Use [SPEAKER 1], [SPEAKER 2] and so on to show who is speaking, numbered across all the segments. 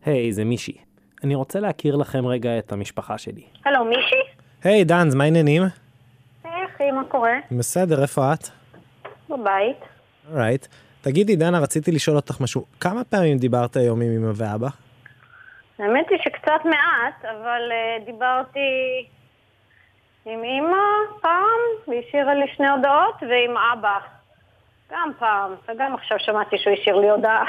[SPEAKER 1] היי, זה מישי. אני רוצה להכיר לכם רגע את המשפחה שלי.
[SPEAKER 2] הלו, מישי?
[SPEAKER 1] היי, דנז, מה העניינים?
[SPEAKER 2] היי, אחי, מה קורה?
[SPEAKER 1] בסדר, איפה את?
[SPEAKER 2] בבית.
[SPEAKER 1] אורייט. תגידי, דנה, רציתי לשאול אותך משהו. כמה פעמים דיברת היום עם אמא ואבא?
[SPEAKER 2] האמת היא שקצת מעט, אבל דיברתי עם אמא פעם, והיא השאירה לי 2 הודעות, ועם אבא גם פעם, וגם עכשיו שמעתי שהוא השאיר לי הודעה.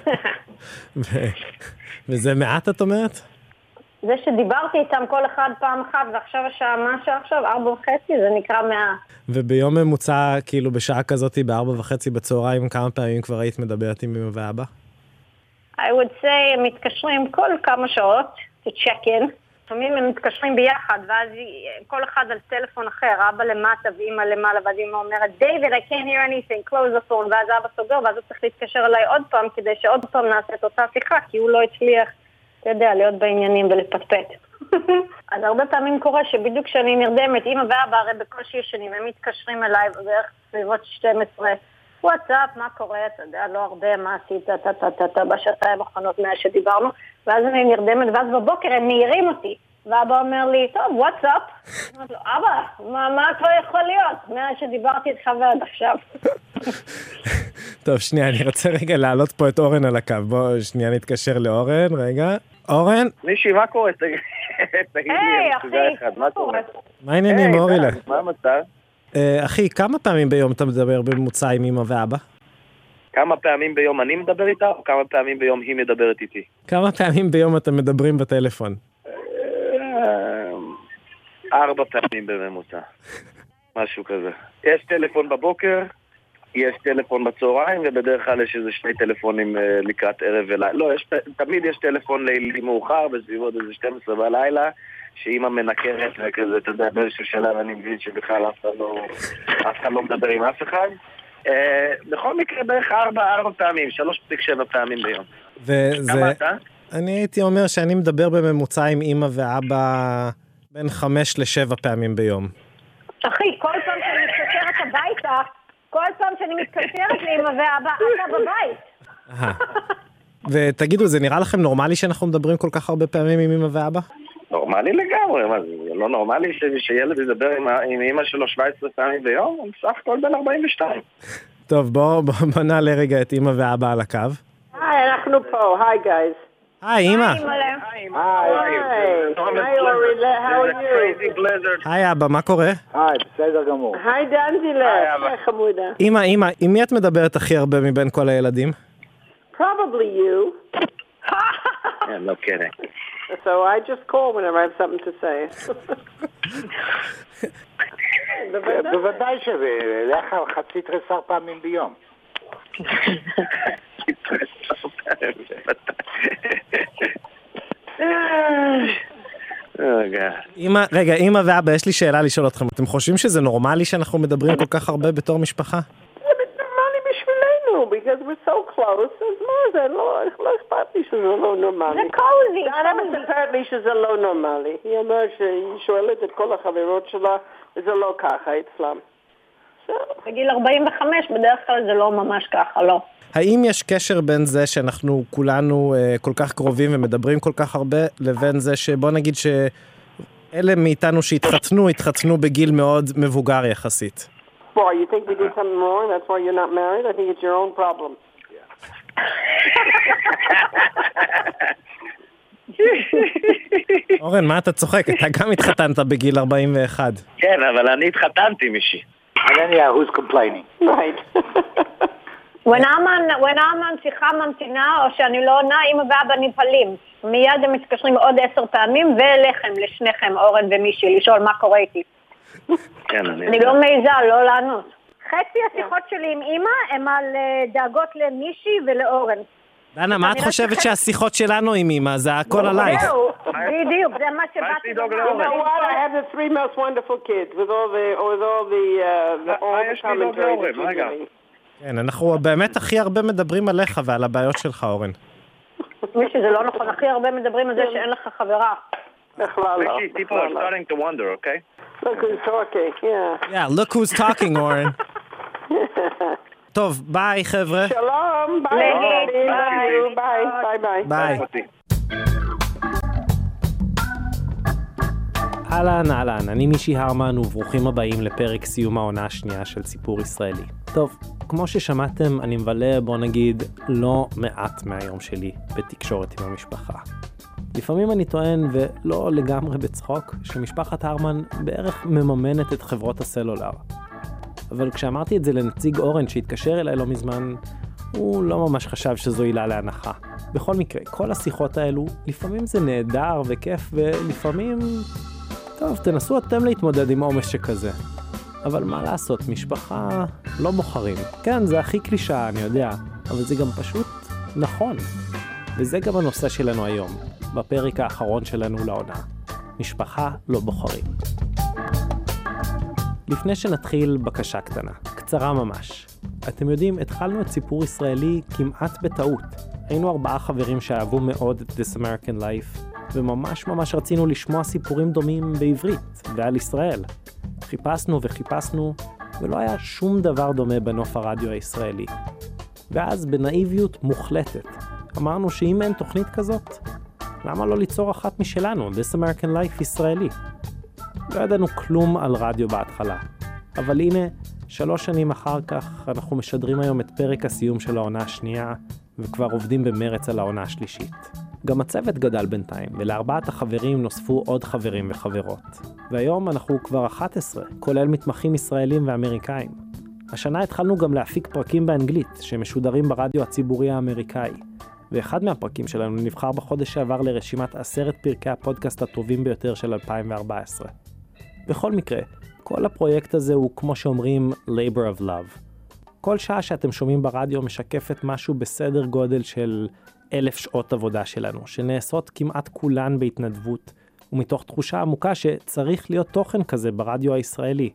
[SPEAKER 1] וזה מעט, את אומרת?
[SPEAKER 2] זה שדיברתי איתם כל אחד פעם אחת, ועכשיו השעה, מה השעה עכשיו? 4:30, זה נקרא 100.
[SPEAKER 1] וביום ממוצע, כאילו בשעה כזאת, ב4:30 בצהריים, כמה פעמים כבר היית מדברת עם אמא ואבא?
[SPEAKER 2] I would say, הם מתקשרים כל כמה שעות, to check in. לפעמים הם מתקשרים ביחד, ואז כל אחד על טלפון אחר, אבא למטה ואמא למעלה, ואז אמא אומרת, David, I can't hear anything, close the phone, ואז אבא סוגר, ואז הוא צריך להתקשר אליי עוד פעם, כדי שעוד פעם נעשה את אותה שיחה, כי הוא לא הצליח, אתה יודע, להיות בעניינים ולפטפט. אז הרבה פעמים קורה שבדיוק כשאני נרדמת, אמא ואבא הרי בקושי ישנים, הם מתקשרים אליי בערך סביבות 12, וואטסאפ, מה קורה, אתה יודע, לא הרבה, מה עשית, בשעתיים האחרונות מאז שדיברנו, ואז אני נרדמת, ואז בבוקר הם מעירים אותי, ואבא אומר לי, טוב, וואטסאפ? אמרתי לו, אבא, מה כבר יכול להיות? מאז שדיברתי איתך ועד עכשיו.
[SPEAKER 1] טוב, שנייה, אני רוצה רגע להעלות פה את אורן על הקו. בוא, שנייה, נתקשר לאורן, רגע. אורן?
[SPEAKER 3] מישי, מה קורה? תגיד לי,
[SPEAKER 2] היי, אחי, מה קורה?
[SPEAKER 1] מה העניינים, אורילה?
[SPEAKER 3] מה המצב?
[SPEAKER 1] אחי, כמה פעמים ביום אתה מדבר בממוצע עם אמא ואבא?
[SPEAKER 3] כמה פעמים ביום אני מדבר איתה, או כמה פעמים ביום היא מדברת איתי?
[SPEAKER 1] כמה פעמים ביום אתם מדברים בטלפון?
[SPEAKER 3] 4 פעמים בממוצע. משהו כזה. יש טלפון בבוקר, יש טלפון בצהריים, ובדרך כלל יש איזה 2 טלפונים לקראת ערב ולילה. לא, תמיד יש טלפון לילי מאוחר, בסביבות איזה 12 בלילה, שאמא מנקרת וכזה, אתה יודע, באיזשהו שלב אני מבין שבכלל אף אחד לא מדבר עם אף אחד. בכל מקרה בערך 4 פעמים, 3.7 פעמים ביום. כמה אתה?
[SPEAKER 1] אני הייתי אומר שאני מדבר בממוצע עם אמא ואבא בין 5 ל7 פעמים ביום.
[SPEAKER 2] אחי, כל פעם שאני מתקשרת הביתה, כל פעם שאני מתקשרת לאמא ואבא, אתה בבית.
[SPEAKER 1] ותגידו, זה נראה לכם נורמלי שאנחנו מדברים כל כך הרבה פעמים עם אמא ואבא?
[SPEAKER 3] נורמלי לגמרי, מה, זה לא נורמלי שילד ידבר עם אמא שלו 17 פעמים ביום? הוא בסך הכל בן 42.
[SPEAKER 1] טוב, בוא נעלה רגע את אמא ואבא על הקו.
[SPEAKER 4] היי, אנחנו פה, היי גייז.
[SPEAKER 1] היי, אמא. היי, אבא, מה קורה?
[SPEAKER 5] היי, בסדר גמור.
[SPEAKER 4] היי דנזילה, היי חמודה.
[SPEAKER 1] אמא, עם מי את מדברת הכי הרבה מבין כל הילדים?
[SPEAKER 4] Probably you.
[SPEAKER 3] Yeah, no kidding.
[SPEAKER 4] So I just call whenever I have something to say.
[SPEAKER 5] בוודאי שלך חצי תריסר פעמים ביום.
[SPEAKER 1] רגע, אמא ואבא, יש לי שאלה לשאול אתכם. אתם חושבים שזה נורמלי שאנחנו מדברים כל כך הרבה בתור משפחה?
[SPEAKER 4] זה נורמלי בשבילנו, because we're so close. אז מה זה? לא אכפת לי שזה לא נורמלי.
[SPEAKER 2] זה קוזי.
[SPEAKER 4] דנה מספרת לי שזה לא נורמלי. היא אומרת שהיא שואלת את כל החברות שלה, וזה לא ככה אצלם.
[SPEAKER 2] בגיל 45 בדרך כלל זה לא ממש ככה, לא.
[SPEAKER 1] האם יש קשר בין זה שאנחנו כולנו כל כך קרובים ומדברים כל כך הרבה, לבין זה שבוא נגיד שאלה מאיתנו התחתנו בגיל מאוד מבוגר יחסית?
[SPEAKER 4] Boy, you think we did something wrong? That's why you're not married? I think it's your own problem.
[SPEAKER 1] אורן, מה אתה צוחק? אתה גם התחתנת בגיל 41.
[SPEAKER 3] כן, אבל אני התחתנתי מישהי.
[SPEAKER 5] And then yeah, who's complaining?
[SPEAKER 4] Right.
[SPEAKER 2] when I'm on שיחה ממתינה, או שאני לא עונה, אמא ואבא נפלים. מיד הם מתקשרים עוד 10 פעמים, ולכם, לשניכם, אורן ומישי, לשאול מה קורה איתי.
[SPEAKER 3] כן,
[SPEAKER 2] אני לא מעיזה, לא לענות. חצי השיחות שלי עם אמא הם על דאגות למישי ולאורן.
[SPEAKER 1] דנה, מה את חושבת שהשיחות שלנו עם אמא? זה הכל עלייך.
[SPEAKER 2] זהו, בדיוק, זה מה שבאתי לומר.
[SPEAKER 4] You know what? I have the 3 most wonderful kids with all the commentaries that you're doing.
[SPEAKER 1] כן, אנחנו באמת הכי הרבה מדברים עליך ועל הבעיות שלך, אורן.
[SPEAKER 2] מישי, זה לא נכון, הכי הרבה מדברים על זה שאין לך חברה.
[SPEAKER 4] בכלל לא.
[SPEAKER 3] Mishi, people are starting to wonder, okay?
[SPEAKER 4] Look who's talking, yeah.
[SPEAKER 1] Yeah, look who's talking, אורן. טוב, ביי חבר'ה.
[SPEAKER 4] שלום, ביי. ביי, ביי, ביי.
[SPEAKER 1] ביי. אהלן, אני מישי הרמן וברוכים הבאים לפרק סיום העונה השנייה של סיפור ישראלי. טוב, כמו ששמעתם, אני מבלה, בוא נגיד, לא מעט מהיום שלי בתקשורת עם המשפחה. לפעמים אני טוען, ולא לגמרי בצחוק, שמשפחת הרמן בערך מממנת את חברות הסלולר. אבל כשאמרתי את זה לנציג אורנג' שהתקשר אליי לא מזמן, הוא לא ממש חשב שזו עילה להנחה. בכל מקרה, כל השיחות האלו, לפעמים זה נהדר וכיף, ולפעמים... טוב, תנסו אתם להתמודד עם עומס שכזה. אבל מה לעשות, משפחה לא בוחרים. כן, זה הכי קלישה, אני יודע, אבל זה גם פשוט נכון. וזה גם הנושא שלנו היום, בפרק האחרון שלנו לעונה. משפחה לא בוחרים. לפני שנתחיל, בקשה קטנה, קצרה ממש. אתם יודעים, התחלנו את סיפור ישראלי כמעט בטעות. היינו 4 חברים שאהבו מאוד את This American Life, וממש רצינו לשמוע סיפורים דומים בעברית ועל ישראל. חיפשנו, ולא היה שום דבר דומה בנוף הרדיו הישראלי. ואז בנאיביות מוחלטת, אמרנו שאם אין תוכנית כזאת, למה לא ליצור אחת משלנו, This American Life ישראלי? לא ידענו כלום על רדיו בהתחלה, אבל הנה, 3 שנים אחר כך אנחנו משדרים היום את פרק הסיום של העונה השנייה, וכבר עובדים במרץ על העונה השלישית. גם הצוות גדל בינתיים, ול4 החברים נוספו עוד חברים וחברות. והיום אנחנו כבר 11, כולל מתמחים ישראלים ואמריקאים. השנה התחלנו גם להפיק פרקים באנגלית, שמשודרים ברדיו הציבורי האמריקאי. ואחד מהפרקים שלנו נבחר בחודש שעבר לרשימת 10 פרקי הפודקאסט הטובים ביותר של 2014. בכל מקרה, כל הפרויקט הזה הוא, כמו שאומרים, labor of love. כל שעה שאתם שומעים ברדיו משקפת משהו בסדר גודל של 1,000 שעות עבודה שלנו, שנעשות כמעט כולן בהתנדבות, ומתוך תחושה עמוקה שצריך להיות תוכן כזה ברדיו הישראלי.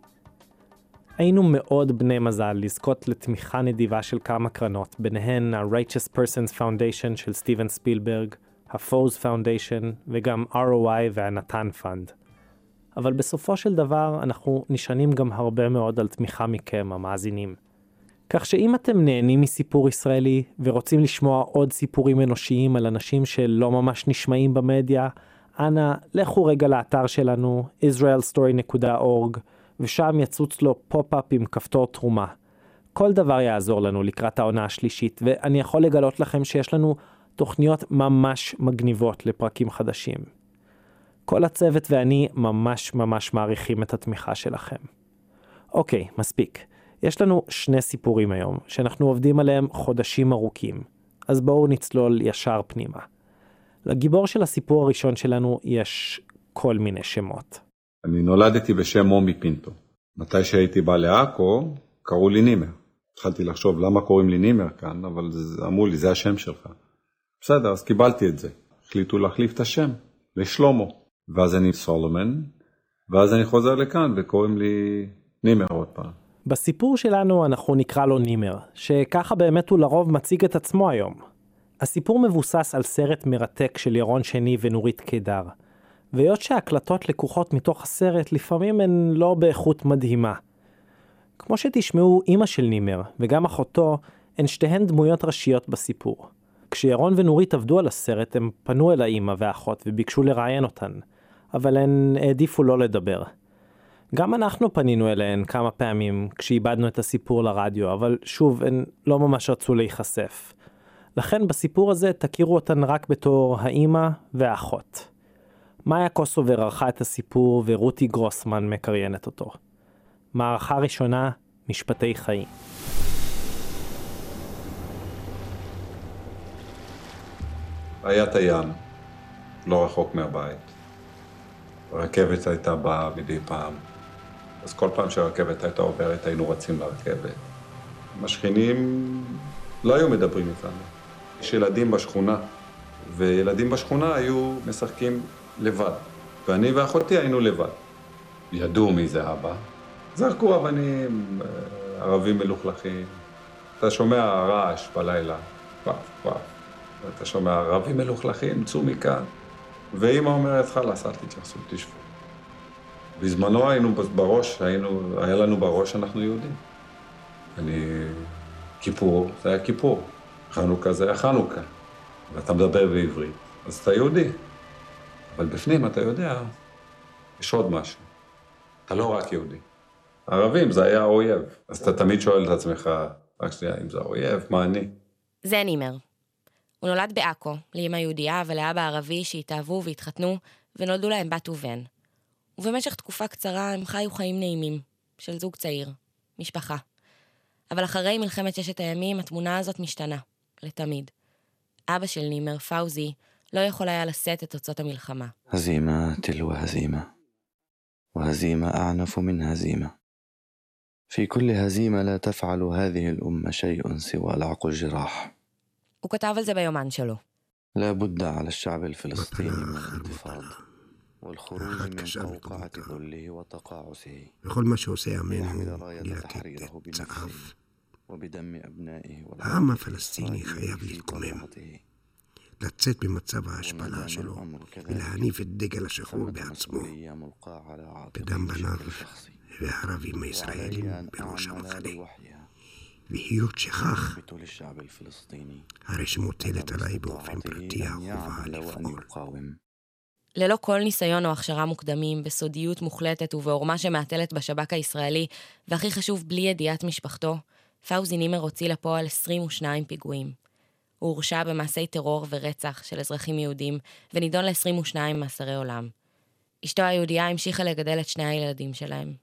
[SPEAKER 1] היינו מאוד בני מזל לזכות לתמיכה נדיבה של כמה קרנות, ביניהן ה-Righteous Persons Foundation של סטיבן ספילברג, ה-Foes Foundation וגם ROI והנתן פאנד. אבל בסופו של דבר אנחנו נשענים גם הרבה מאוד על תמיכה מכם, המאזינים. כך שאם אתם נהנים מסיפור ישראלי ורוצים לשמוע עוד סיפורים אנושיים על אנשים שלא ממש נשמעים במדיה, אנא, לכו רגע לאתר שלנו, israelstory.org, ושם יצוץ לו פופ-אפ עם כפתור תרומה. כל דבר יעזור לנו לקראת העונה השלישית, ואני יכול לגלות לכם שיש לנו תוכניות ממש מגניבות לפרקים חדשים. כל הצוות ואני ממש מעריכים את התמיכה שלכם. אוקיי, מספיק. יש לנו 2 סיפורים היום, שאנחנו עובדים עליהם חודשים ארוכים. אז בואו נצלול ישר פנימה. לגיבור של הסיפור הראשון שלנו יש כל מיני שמות.
[SPEAKER 6] אני נולדתי בשם מומי פינטו. מתי שהייתי בא לעכו, קראו לי נימר. התחלתי לחשוב למה קוראים לי נימר כאן, אבל אמרו לי, זה השם שלך. בסדר, אז קיבלתי את זה. החליטו להחליף את השם לשלומו. ואז אני סולומן, ואז אני חוזר לכאן וקוראים לי נימר עוד פעם.
[SPEAKER 1] בסיפור שלנו אנחנו נקרא לו נימר, שככה באמת הוא לרוב מציג את עצמו היום. הסיפור מבוסס על סרט מרתק של ירון שני ונורית קידר. והיות שההקלטות לקוחות מתוך הסרט לפעמים הן לא באיכות מדהימה. כמו שתשמעו, אמא של נימר וגם אחותו הן שתיהן דמויות ראשיות בסיפור. כשירון ונורית עבדו על הסרט הם פנו אל האמא והאחות וביקשו לראיין אותן, אבל הן העדיפו לא לדבר. גם אנחנו פנינו אליהן כמה פעמים כשאיבדנו את הסיפור לרדיו, אבל שוב, הן לא ממש רצו להיחשף. לכן בסיפור הזה תכירו אותן רק בתור האמא והאחות. מאיה קוסובר ערכה את הסיפור ורותי גרוסמן מקריינת אותו. מערכה ראשונה, משפטי חיים.
[SPEAKER 6] היה את הים, לא רחוק מהבית. הרכבת הייתה באה מדי פעם. אז כל פעם שהרכבת הייתה עוברת, היינו רצים לרכבת. השכנים לא היו מדברים איתנו. יש ילדים בשכונה, וילדים בשכונה היו משחקים לבד. ואני ואחותי היינו לבד. ידעו מי זה אבא. זרקו אבנים, ערבים מלוכלכים. אתה שומע רעש בלילה, פאף. אתה שומע ערבים מלוכלכים, צאו מכאן. ואמא אומרת, חלאס, אל תתייחסו, תשבו. בזמנו היינו בראש, היה לנו בראש, אנחנו יהודים. כיפור, זה היה כיפור. חנוכה זה היה חנוכה. ואתה מדבר בעברית, אז אתה יהודי. אבל בפנים אתה יודע, יש עוד משהו. אתה לא רק יהודי. הערבים זה היה האויב. אז אתה תמיד שואל את עצמך, רק שנייה, אם זה האויב, מה אני?
[SPEAKER 7] זה נימר. הוא נולד בעכו, לאמא יהודייה ולאבא ערבי שהתאהבו והתחתנו, ונולדו להם בת ובן. ובמשך תקופה קצרה הם חיו חיים נעימים, של זוג צעיר, משפחה. אבל אחרי מלחמת 6 הימים התמונה הזאת משתנה, לתמיד. אבא של נימר, פאוזי, לא יכול היה לשאת את תוצאות המלחמה.
[SPEAKER 8] هزيمة تلو هزيمة وهزيمة أعنف من هزيمة في كل هزيمة لا تفعل هذه الأمة شيء سوى لعق الجراح.
[SPEAKER 7] הוא כתב על זה ביומן שלו.
[SPEAKER 8] لا بد على الشعب الفلسطيني من الانتفاض والخروج من قوقعة ذله وتقاعسه
[SPEAKER 9] וכל מה שעושה עמנו
[SPEAKER 8] ليحمل
[SPEAKER 9] הוא
[SPEAKER 8] راية
[SPEAKER 9] להכיר
[SPEAKER 8] تحريره
[SPEAKER 9] את צעיו.
[SPEAKER 8] بنفسه وبدم أبنائه
[SPEAKER 9] העם הפלסטיני חייב להתקומם, לצאת במצב ההשפלה שלו ולהניף את דגל השחרור בעצמו, וגם בניו והערבים הישראלים בראש המחנה. והיות שכך, הרי שמוטלת עליי באופן פרטי החובה לפעול.
[SPEAKER 7] ללא כל ניסיון או הכשרה מוקדמים, בסודיות מוחלטת ובעורמה שמעטלת בשב"כ הישראלי, והכי חשוב בלי ידיעת משפחתו, פאוזי נימר הוציא לפועל 22 פיגועים. הוא הורשע במעשי טרור ורצח של אזרחים יהודים, ונידון ל-22 מאסרי עולם. אשתו היהודייה המשיכה לגדל את 2 הילדים שלהם.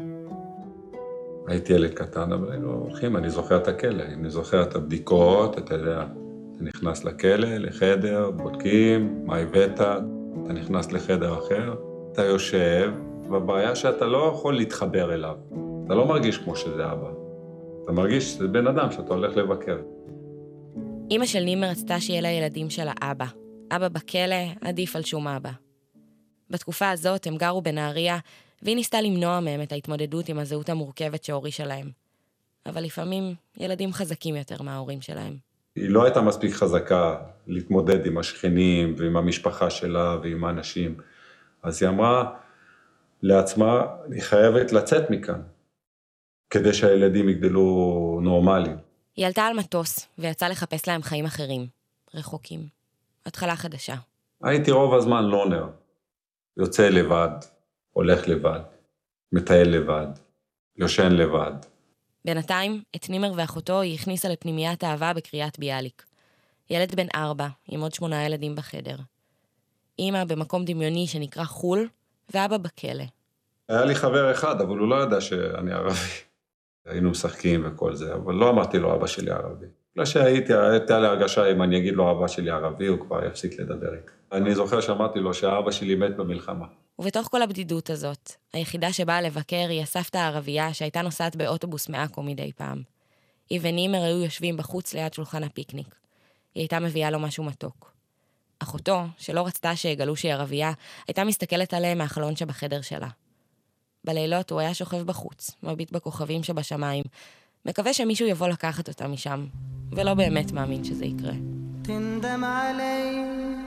[SPEAKER 6] הייתי ילד קטן, אבל היינו הולכים, אני זוכר את הכלא, אני זוכר את הבדיקות, אתה יודע, אתה נכנס לכלא, לחדר, בודקים, מה הבאת, אתה נכנס לחדר אחר, אתה יושב, והבעיה שאתה לא יכול להתחבר אליו, אתה לא מרגיש כמו שזה אבא, אתה מרגיש שזה בן אדם שאתה הולך לבקר.
[SPEAKER 7] אמא של נימר רצתה שיהיה לילדים שלה אבא. אבא בכלא עדיף על שום אבא. בתקופה הזאת הם גרו בנהריה, והיא ניסתה למנוע מהם את ההתמודדות עם הזהות המורכבת שהורישה להם. אבל לפעמים ילדים חזקים יותר מההורים שלהם.
[SPEAKER 6] היא לא הייתה מספיק חזקה להתמודד עם השכנים ועם המשפחה שלה ועם האנשים. אז היא אמרה לעצמה, היא חייבת לצאת מכאן, כדי שהילדים יגדלו נורמליים.
[SPEAKER 7] היא עלתה על מטוס ויצאה לחפש להם חיים אחרים, רחוקים. התחלה חדשה.
[SPEAKER 6] הייתי רוב הזמן לונר, יוצא לבד, הולך לבד, מטייל לבד, יושן לבד.
[SPEAKER 7] בינתיים, את נימר ואחותו היא הכניסה לפנימיית אהבה בקריית ביאליק. ילד בן 4, עם עוד 8 ילדים בחדר. אמא במקום דמיוני שנקרא חול, ואבא בכלא.
[SPEAKER 6] היה לי חבר אחד, אבל הוא לא ידע שאני ערבי. היינו משחקים וכל זה, אבל לא אמרתי לו אבא שלי ערבי. לא הייתה לי הרגשה, אם אני אגיד לו אבא שלי ערבי, הוא כבר יפסיק לדבר איתי. אני זוכר שאמרתי לו שהאבא שלי מת במלחמה.
[SPEAKER 7] ובתוך כל הבדידות הזאת, היחידה שבאה לבקר היא הסבתא הערבייה שהייתה נוסעת באוטובוס מעכו מדי פעם. היא ונימר היו יושבים בחוץ ליד שולחן הפיקניק. היא הייתה מביאה לו משהו מתוק. אחותו, שלא רצתה שיגלו שהיא ערבייה, הייתה מסתכלת עליהם מהחלון שבחדר שלה. בלילות הוא היה שוכב בחוץ, מביט בכוכבים שבשמיים, מקווה שמישהו יבוא לקחת אותה משם, ולא באמת מאמין שזה יקרה.
[SPEAKER 10] תנדם עלי,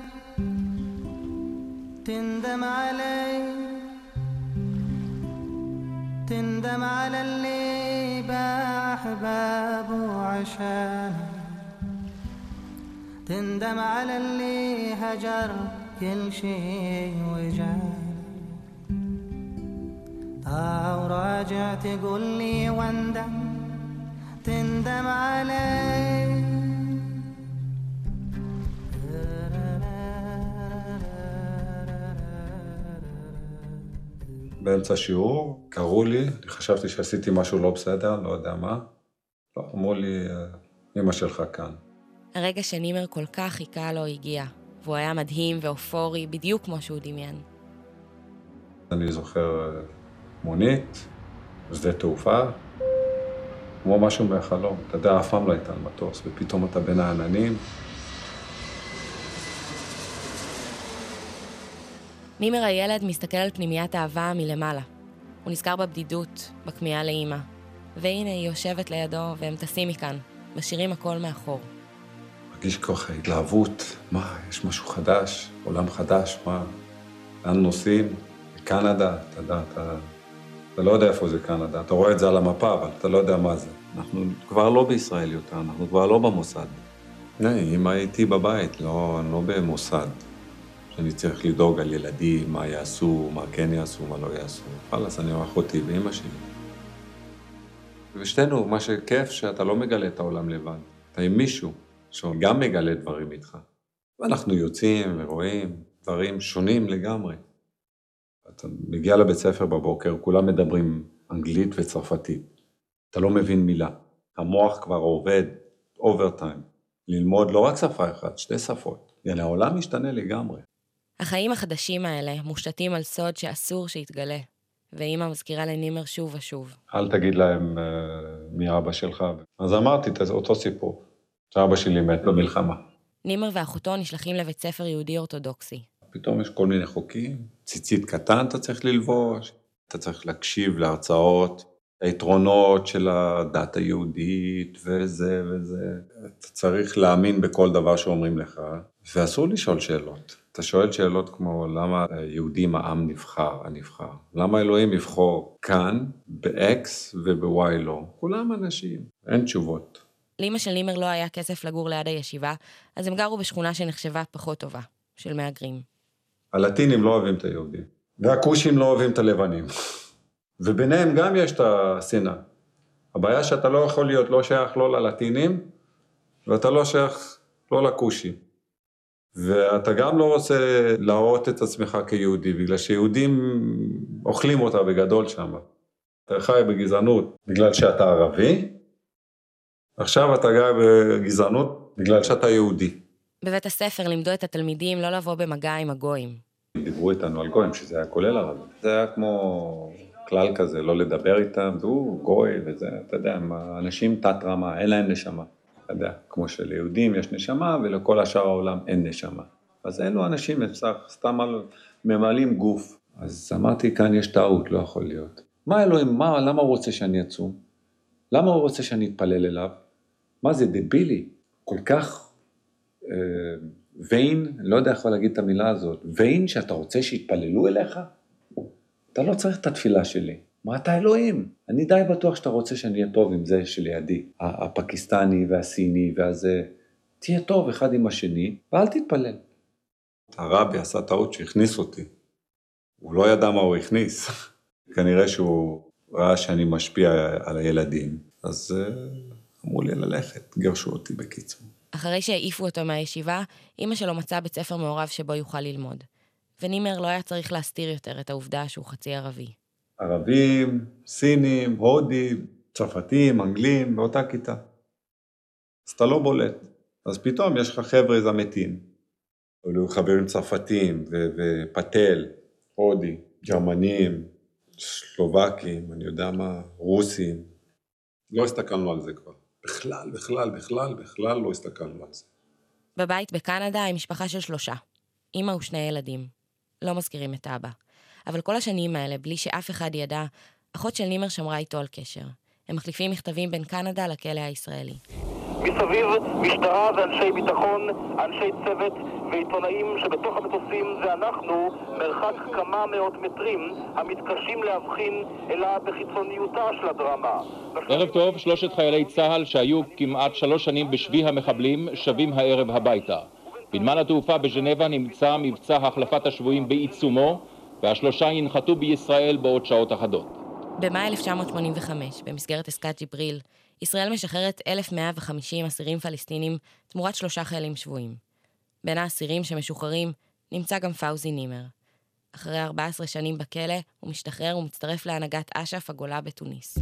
[SPEAKER 10] תנדם עלי, تندم على اللي باع أحبابه عشانه تندم على اللي هجر كل شيء وجاله وراجع تقول لي واندم تندم علي
[SPEAKER 6] באמצע שיעור, קראו לי, אני חשבתי שעשיתי משהו לא בסדר, לא יודע מה. לא, אמרו לי, אמא שלך כאן.
[SPEAKER 7] הרגע שנימר כל כך חיכה לו הגיע, והוא היה מדהים ואופורי, בדיוק כמו שהוא דמיין.
[SPEAKER 6] אני זוכר מונית, שדה תעופה, כמו משהו מהחלום. אתה יודע, אף פעם לא הייתה על מטוס, ופתאום אתה בין העננים.
[SPEAKER 7] נימר הילד מסתכל על פנימיית אהבה מלמעלה. הוא נזכר בבדידות, בכמיהה לאמא. והנה היא יושבת לידו והם טסים מכאן, משאירים הכל מאחור.
[SPEAKER 6] מרגיש ככה התלהבות, מה, יש משהו חדש, עולם חדש, מה, לאן נוסעים? בקנדה, אתה יודע, אתה לא יודע איפה זה קנדה, אתה רואה את זה על המפה, אבל אתה לא יודע מה זה. אנחנו כבר לא בישראל יותר, אנחנו כבר לא במוסד. אמא הייתי בבית, לא במוסד. שאני צריך לדאוג על ילדים, מה יעשו, מה כן יעשו, מה לא יעשו. חלס, אני אחותי ואמא שלי. ושתינו, מה שכיף שאתה לא מגלה את העולם לבד. אתה עם מישהו שגם מגלה דברים איתך. ואנחנו יוצאים ורואים דברים שונים לגמרי. אתה מגיע לבית ספר בבוקר, כולם מדברים אנגלית וצרפתית. אתה לא מבין מילה. המוח כבר עובד אוברטיים. ללמוד לא רק שפה אחת, 2 שפות. יאללה, העולם משתנה לגמרי.
[SPEAKER 7] החיים החדשים האלה מושתתים על סוד שאסור שיתגלה. ואמא מזכירה לנימר שוב ושוב.
[SPEAKER 6] אל תגיד להם מי אבא שלך. אז אמרתי את אותו סיפור, שאבא שלי מת במלחמה.
[SPEAKER 7] נימר ואחותו נשלחים לבית ספר יהודי אורתודוקסי.
[SPEAKER 6] פתאום יש כל מיני חוקים, ציצית קטן אתה צריך ללבוש, אתה צריך להקשיב להרצאות, היתרונות של הדת היהודית וזה וזה. אתה צריך להאמין בכל דבר שאומרים לך, ואסור לשאול שאלות. אתה שואל שאלות כמו למה יהודים העם הנבחר? למה אלוהים יבחור כאן, ב-X וב-Y לא? כולם אנשים, אין תשובות.
[SPEAKER 7] לאמא של נימר לא היה כסף לגור ליד הישיבה, אז הם גרו בשכונה שנחשבה פחות טובה, של מהגרים.
[SPEAKER 6] הלטינים לא אוהבים את היהודים, והכושים לא אוהבים את הלבנים. וביניהם גם יש את השנאה. הבעיה שאתה לא יכול להיות לא שייך לא ללטינים, ואתה לא שייך לא לכושים. ואתה גם לא רוצה להראות את עצמך כיהודי, בגלל שיהודים אוכלים אותה בגדול שם. אתה חי בגזענות בגלל שאתה ערבי, עכשיו אתה גר בגזענות בגלל שאתה יהודי.
[SPEAKER 7] בבית הספר לימדו את התלמידים לא לבוא במגע עם הגויים.
[SPEAKER 6] דיברו איתנו על גויים, שזה היה כולל ערבי. זה היה כמו כלל כזה, לא לדבר איתם, והוא גוי וזה, אתה יודע, אנשים תת רמה, אין להם נשמה. אתה יודע, כמו שליהודים יש נשמה, ולכל השאר העולם אין נשמה. אז אלו אנשים סתם ממלאים גוף. אז אמרתי, כאן יש טעות, לא יכול להיות. מה אלוהים, למה הוא רוצה שאני אצום? למה הוא רוצה שאני אתפלל אליו? מה זה דבילי? כל כך ואין, לא יודע איך להגיד את המילה הזאת, ואין שאתה רוצה שיתפללו אליך? אתה לא צריך את התפילה שלי. מה אתה אלוהים? אני די בטוח שאתה רוצה שאני אהיה טוב עם זה שלידי. הפקיסטני והסיני והזה. תהיה טוב אחד עם השני, ואל תתפלל. הרבי עשה טעות שהכניס אותי. הוא לא ידע מה הוא הכניס. כנראה שהוא ראה שאני משפיע על הילדים. אז אמרו לי ללכת, גרשו אותי בקיצור.
[SPEAKER 7] אחרי שהעיפו אותו מהישיבה, אמא שלו מצאה בית ספר מעורב שבו יוכל ללמוד. ונימר לא היה צריך להסתיר יותר את העובדה שהוא חצי ערבי.
[SPEAKER 6] ערבים, סינים, הודים, צרפתים, אנגלים, באותה כיתה. אז אתה לא בולט. אז פתאום יש לך חבר'ה זמתים. היו חברים צרפתים ופטל, הודי, גרמנים, סלובקים, אני יודע מה, רוסים. לא הסתכלנו על זה כבר. בכלל לא הסתכלנו על זה.
[SPEAKER 7] בבית בקנדה היא משפחה של 3. אמא ו2 ילדים. לא מזכירים את אבא. אבל כל השנים האלה, בלי שאף אחד ידע, אחות של נימר שמרה איתו על קשר. הם מחליפים מכתבים בין קנדה לכלא הישראלי.
[SPEAKER 11] מסביב משטרה ואנשי ביטחון, אנשי צוות ועיתונאים שבתוך המטוסים זה אנחנו, מרחק כמה מאות מטרים, המתקשים להבחין אלא בחיצוניותה של הדרמה.
[SPEAKER 12] ערב טוב, 3 חיילי צה"ל שהיו כמעט 3 שנים בשבי המחבלים שבים הערב הביתה. בנמל התעופה בז'נבה נמצא מבצע החלפת השבויים בעיצומו, וה3 ינחתו בישראל בעוד שעות אחדות.
[SPEAKER 7] במאי 1985, במסגרת עסקת ג'יבריל, ישראל משחררת 1,150 אסירים פלסטינים תמורת 3 חיילים שבויים. בין האסירים שמשוחררים נמצא גם פאוזי נימר. אחרי 14 שנים בכלא הוא משתחרר ומצטרף להנהגת אש"ף הגולה בתוניס.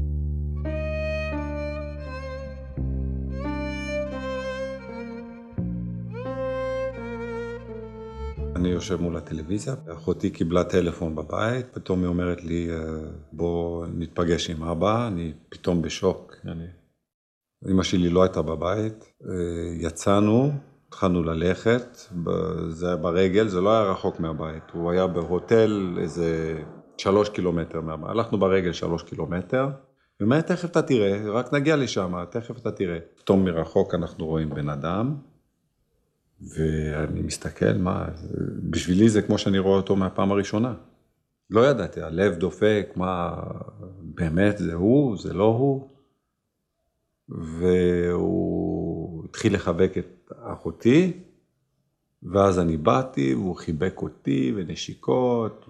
[SPEAKER 6] אני יושב מול הטלוויזיה, אחותי קיבלה טלפון בבית, פתאום היא אומרת לי, בוא נתפגש עם אבא, אני פתאום בשוק. אמא שלי לא הייתה בבית, יצאנו, התחלנו ללכת, זה היה ברגל, זה לא היה רחוק מהבית, הוא היה בהוטל איזה 3 קילומטר מהבית, הלכנו ברגל 3 קילומטר, ומה תכף אתה תראה, רק נגיע לשם, תכף אתה תראה. פתאום מרחוק אנחנו רואים בן אדם, ואני מסתכל, מה, בשבילי זה כמו שאני רואה אותו מהפעם הראשונה. לא ידעתי, הלב דופק, מה, באמת זה הוא, זה לא הוא. והוא התחיל לחבק את אחותי, ואז אני באתי, והוא חיבק אותי, ונשיקות,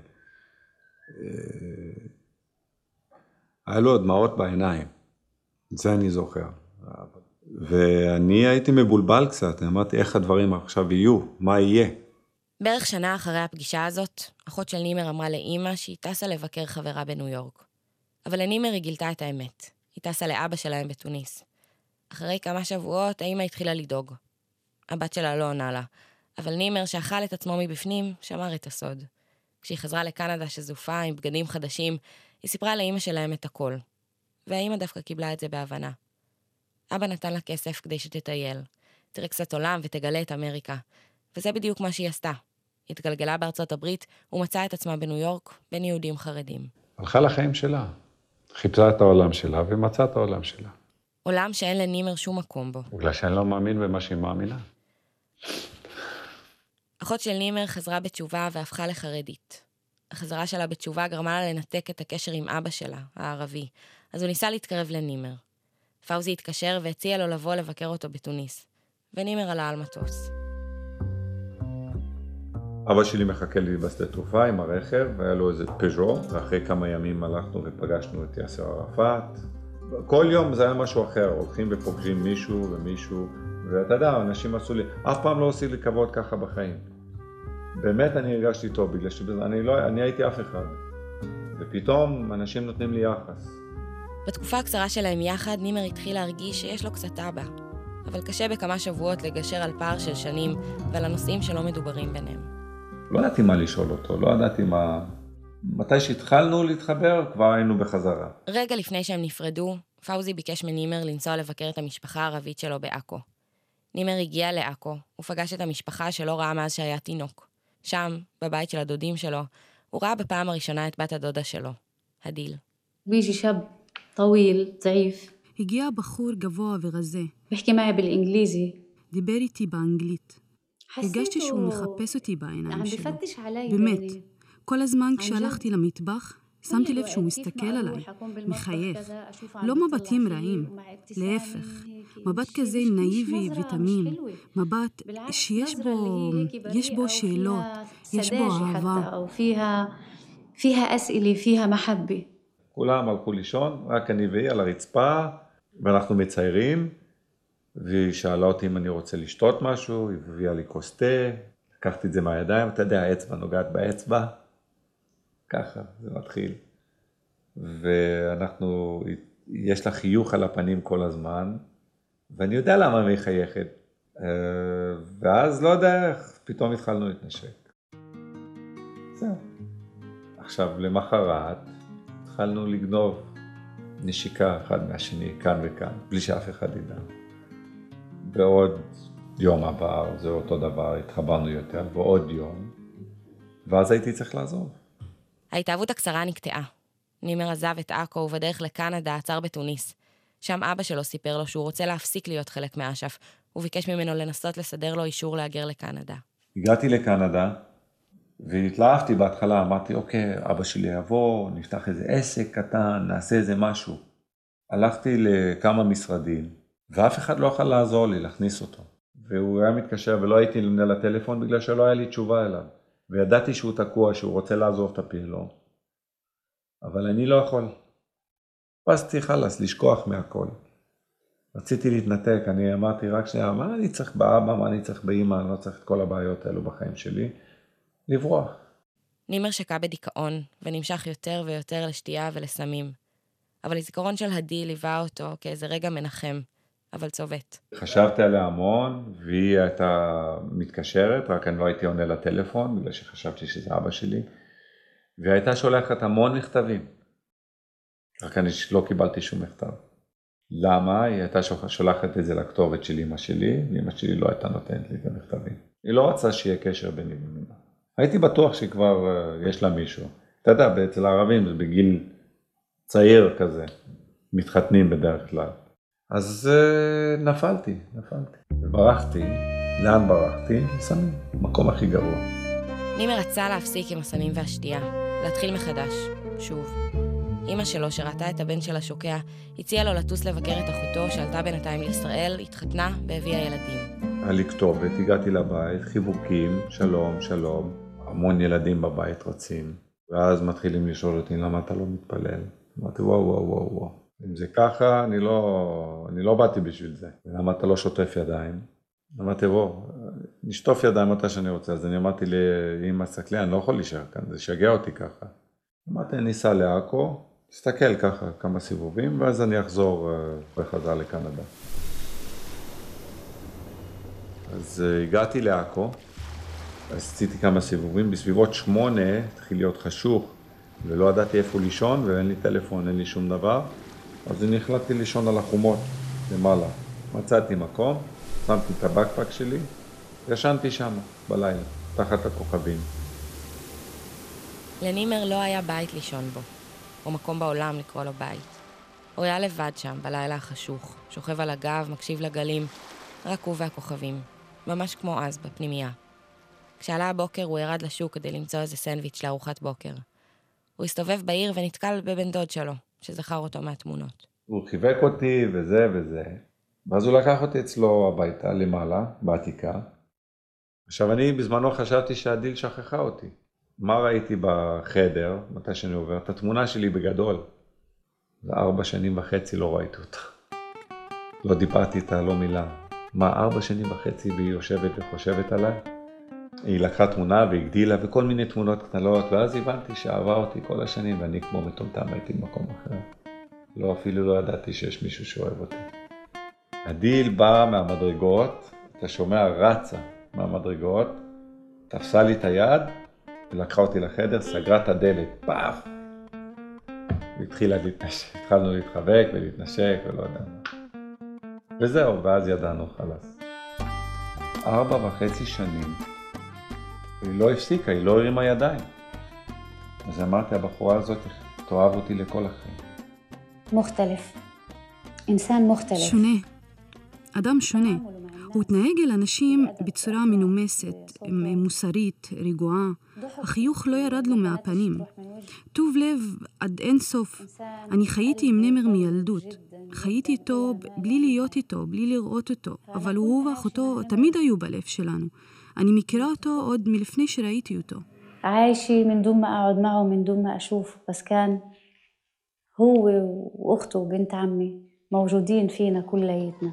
[SPEAKER 6] היה לו דמעות בעיניים. זה אני זוכר. ואני הייתי מבולבל קצת, אמרתי איך הדברים עכשיו יהיו, מה יהיה.
[SPEAKER 7] בערך שנה אחרי הפגישה הזאת, אחות של נימר אמרה לאמא שהיא טסה לבקר חברה בניו יורק. אבל לנימר היא גילתה את האמת. היא טסה לאבא שלהם בתוניס. אחרי כמה שבועות, האמא התחילה לדאוג. הבת שלה לא עונה לה, אבל נימר שאכל את עצמו מבפנים, שמר את הסוד. כשהיא חזרה לקנדה שזופה עם בגדים חדשים, היא סיפרה לאמא שלהם את הכל. והאמא דווקא קיבלה את זה בהבנה. אבא נתן לה כסף כדי שתטייל. תראה קצת עולם ותגלה את אמריקה. וזה בדיוק מה שהיא עשתה. היא התגלגלה בארצות הברית ומצאה את עצמה בניו יורק בין יהודים חרדים.
[SPEAKER 6] הלכה לחיים שלה. חיפשה את העולם שלה ומצאה את העולם שלה.
[SPEAKER 7] עולם שאין לנימר שום מקום בו.
[SPEAKER 6] בגלל שאני לא מאמין במה שהיא מאמינה.
[SPEAKER 7] אחות של נימר חזרה בתשובה והפכה לחרדית. החזרה שלה בתשובה גרמה לה לנתק את הקשר עם אבא שלה, הערבי. אז הוא ניסה להתקרב לנימר. פאוזי התקשר והציע לו לבוא לבקר אותו בתוניס. ונימר עלה על מטוס.
[SPEAKER 6] אבא שלי מחכה לי בשדה תעופה עם הרכב, והיה לו איזה פז'ו, ואחרי כמה ימים הלכנו ופגשנו את יאסר ערפאת. כל יום זה היה משהו אחר, הולכים ופוגשים מישהו ומישהו, ואתה יודע, אנשים עשו לי, אף פעם לא עושים לי כבוד ככה בחיים. באמת אני הרגשתי טוב, בגלל שאני הייתי אף אחד. ופתאום אנשים נותנים לי יחס.
[SPEAKER 7] בתקופה הקצרה שלהם יחד, נימר התחיל להרגיש שיש לו קצת אבא. אבל קשה בכמה שבועות לגשר על פער של שנים ועל הנושאים שלא מדוברים ביניהם.
[SPEAKER 6] לא ידעתי מה לשאול אותו, לא ידעתי מה... מתי שהתחלנו להתחבר, כבר היינו בחזרה.
[SPEAKER 7] רגע לפני שהם נפרדו, פאוזי ביקש מנימר לנסוע לבקר את המשפחה הערבית שלו בעכו. נימר הגיע לעכו, ופגש את המשפחה שלא ראה מאז שהיה תינוק. שם, בבית של הדודים שלו, הוא ראה בפעם הראשונה את בת הדודה שלו, הדיל.
[SPEAKER 13] ביג'י שב טוויל, צעיף.
[SPEAKER 14] הגיע בחור גבוה ורזה.
[SPEAKER 13] בחכי מעי באנגליזי.
[SPEAKER 14] דיבר איתי באנגלית. הרגשתי שהוא מחפש אותי בעיניים שלו. באמת, כל הזמן כשהלכתי למטבח, שמתי לב שהוא מסתכל עליי, מחייך. לא מבטים רעים, להפך. מבט כזה נאיבי ותמים. מבט שיש בו שאלות, יש בו אהבה.
[SPEAKER 13] פיها أسئلة, פיها מחבה.
[SPEAKER 6] כולם הלכו לישון, רק אני והיא על הרצפה, ואנחנו מציירים, והיא שאלה אותי אם אני רוצה לשתות משהו, היא הביאה לי כוס תה, לקחתי את זה מהידיים, אתה יודע, האצבע נוגעת באצבע, ככה, זה מתחיל. ואנחנו, יש לה חיוך על הפנים כל הזמן, ואני יודע למה היא חייכת. ואז לא יודע איך, פתאום התחלנו להתנשק. זהו. עכשיו, למחרת, התחלנו לגנוב נשיקה אחד מהשני, כאן וכאן, בלי שאף אחד ידע. בעוד יום עבר, זה אותו דבר, התחברנו יותר, ועוד יום, ואז הייתי צריך לעזוב.
[SPEAKER 7] ההתאהבות הקצרה נקטעה. נימר עזב את עכו ובדרך לקנדה עצר בתוניס. שם אבא שלו סיפר לו שהוא רוצה להפסיק להיות חלק מאש"ף, וביקש ממנו לנסות לסדר לו אישור להגר לקנדה.
[SPEAKER 6] הגעתי לקנדה, והתלהבתי בהתחלה, אמרתי, אוקיי, אבא שלי יבוא, נפתח איזה עסק קטן, נעשה איזה משהו. הלכתי לכמה משרדים, ואף אחד לא יכול לעזור לי, להכניס אותו. והוא היה מתקשר ולא הייתי למנה לטלפון, בגלל שלא היה לי תשובה אליו. וידעתי שהוא תקוע, שהוא רוצה לעזוב את הפעילו. אבל אני לא יכול. פסתי חלס, לשכוח מהכל. רציתי להתנתק, אני אמרתי רק שנייה, מה אני צריך באבא, מה אני צריך באמא, אני לא צריך את כל הבעיות האלו בחיים שלי. לברוח.
[SPEAKER 7] נימר שקע בדיכאון, ונמשך יותר ויותר לשתייה ולסמים. אבל הזיכרון של הדי ליווה אותו כאיזה רגע מנחם, אבל צובט.
[SPEAKER 6] חשבתי עליה המון, והיא הייתה מתקשרת, רק אני לא הייתי עונה לטלפון, בגלל שחשבתי שזה אבא שלי, והיא הייתה שולחת המון מכתבים. רק אני לא קיבלתי שום מכתב. למה? היא הייתה שולחת את זה לכתובת של אמא שלי, ואמא שלי לא הייתה נותנת לי את המכתבים. היא לא רצה שיהיה קשר ביני ובינה. הייתי בטוח שכבר יש לה מישהו. אתה יודע, אצל הערבים זה בגיל צעיר כזה, מתחתנים בדרך כלל. אז נפלתי. ברחתי, לאן ברחתי? סמים, מקום הכי גרוע.
[SPEAKER 7] נימר רצה להפסיק עם הסמים והשתייה, להתחיל מחדש, שוב. אמא שלו, שראתה את הבן שלה שוקע, הציעה לו לטוס לבקר את אחותו שעלתה בינתיים לישראל, התחתנה והביאה ילדים.
[SPEAKER 6] היה לי כתובת, הגעתי לבית, חיבוקים, שלום, שלום, המון ילדים בבית רצים, ואז מתחילים לשאול אותי, למה אתה לא מתפלל? אמרתי, וואו. אם זה ככה, אני לא באתי בשביל זה. למה אתה לא שוטף ידיים? אמרתי, נשטוף ידיים מתי שאני רוצה. אז אני אמרתי לאמא, סתכלי, אני לא יכול להישאר כאן, זה שגע אותי ככה. אמרתי, אני אסע לעכו, תסתכל ככה כמה סיבובים, ואז אני אחזור בחזרה לקנדה. אז הגעתי לעכו, עשיתי כמה סיבובים, בסביבות 8 התחיל להיות חשוך, ולא ידעתי איפה לישון, ואין לי טלפון, אין לי שום דבר. אז אני החלטתי לישון על החומות למעלה. מצאתי מקום, שמתי את הבקפק שלי, ישנתי שם בלילה, תחת הכוכבים.
[SPEAKER 7] לנימר לא היה בית לישון בו, או מקום בעולם לקרוא לו בית. הוא היה לבד שם, בלילה החשוך, שוכב על הגב, מקשיב לגלים, רק הוא והכוכבים, ממש כמו אז, בפנימייה. כשעלה הבוקר הוא ירד לשוק כדי למצוא איזה סנדוויץ' לארוחת בוקר. הוא הסתובב בעיר ונתקל בבן דוד שלו, שזכר אותו מהתמונות.
[SPEAKER 6] הוא חיבק אותי וזה, ואז הוא לקח אותי אצלו הביתה למעלה, בעתיקה. עכשיו אני בזמנו חשבתי שהדיל שכחה אותי. מה ראיתי בחדר, מתי שאני עובר? את התמונה שלי בגדול. זה 4.5 שנים לא ראיתי אותה. לא דיברתי איתה, לא מילה. מה, 4.5 שנים והיא יושבת וחושבת עליי? היא לקחה תמונה והגדילה וכל מיני תמונות קטנות, ואז הבנתי שעבר אותי כל השנים, ואני כמו מטומטם הייתי במקום אחר. אפילו לא ידעתי שיש מישהו שאוהב אותי. הדיל בא מהמדרגות, אתה שומע רצה מהמדרגות, תפסה לי את היד, ולקחה אותי לחדר, סגרה את הדלת, פאף! התחלנו להתחבק ולהתנשק ולא יודע מה. וזהו, ואז ידענו חלס. 4.5 שנים. היא לא הפסיקה, היא לא הרימה ידיים. אז אמרתי, הבחורה הזאת תאהב אותי לכל החיים.
[SPEAKER 13] מוכתלף. אינסן מוכתלף.
[SPEAKER 14] שונה. אדם שונה. הוא התנהג אל אנשים בצורה מנומסת, מוסרית, רגועה. החיוך לא ירד לו מהפנים. טוב לב עד אין סוף. אני חייתי עם נמר מילדות. חייתי איתו בלי להיות איתו, בלי לראות אותו. אבל הוא ואחותו תמיד היו בלב שלנו. אני מכירה אותו עוד מלפני שראיתי אותו.
[SPEAKER 13] عايشي من دون ما أقعد معه من دون ما أشوفه بس كان هو وأخته وبنت عمي موجودين فينا كلياتنا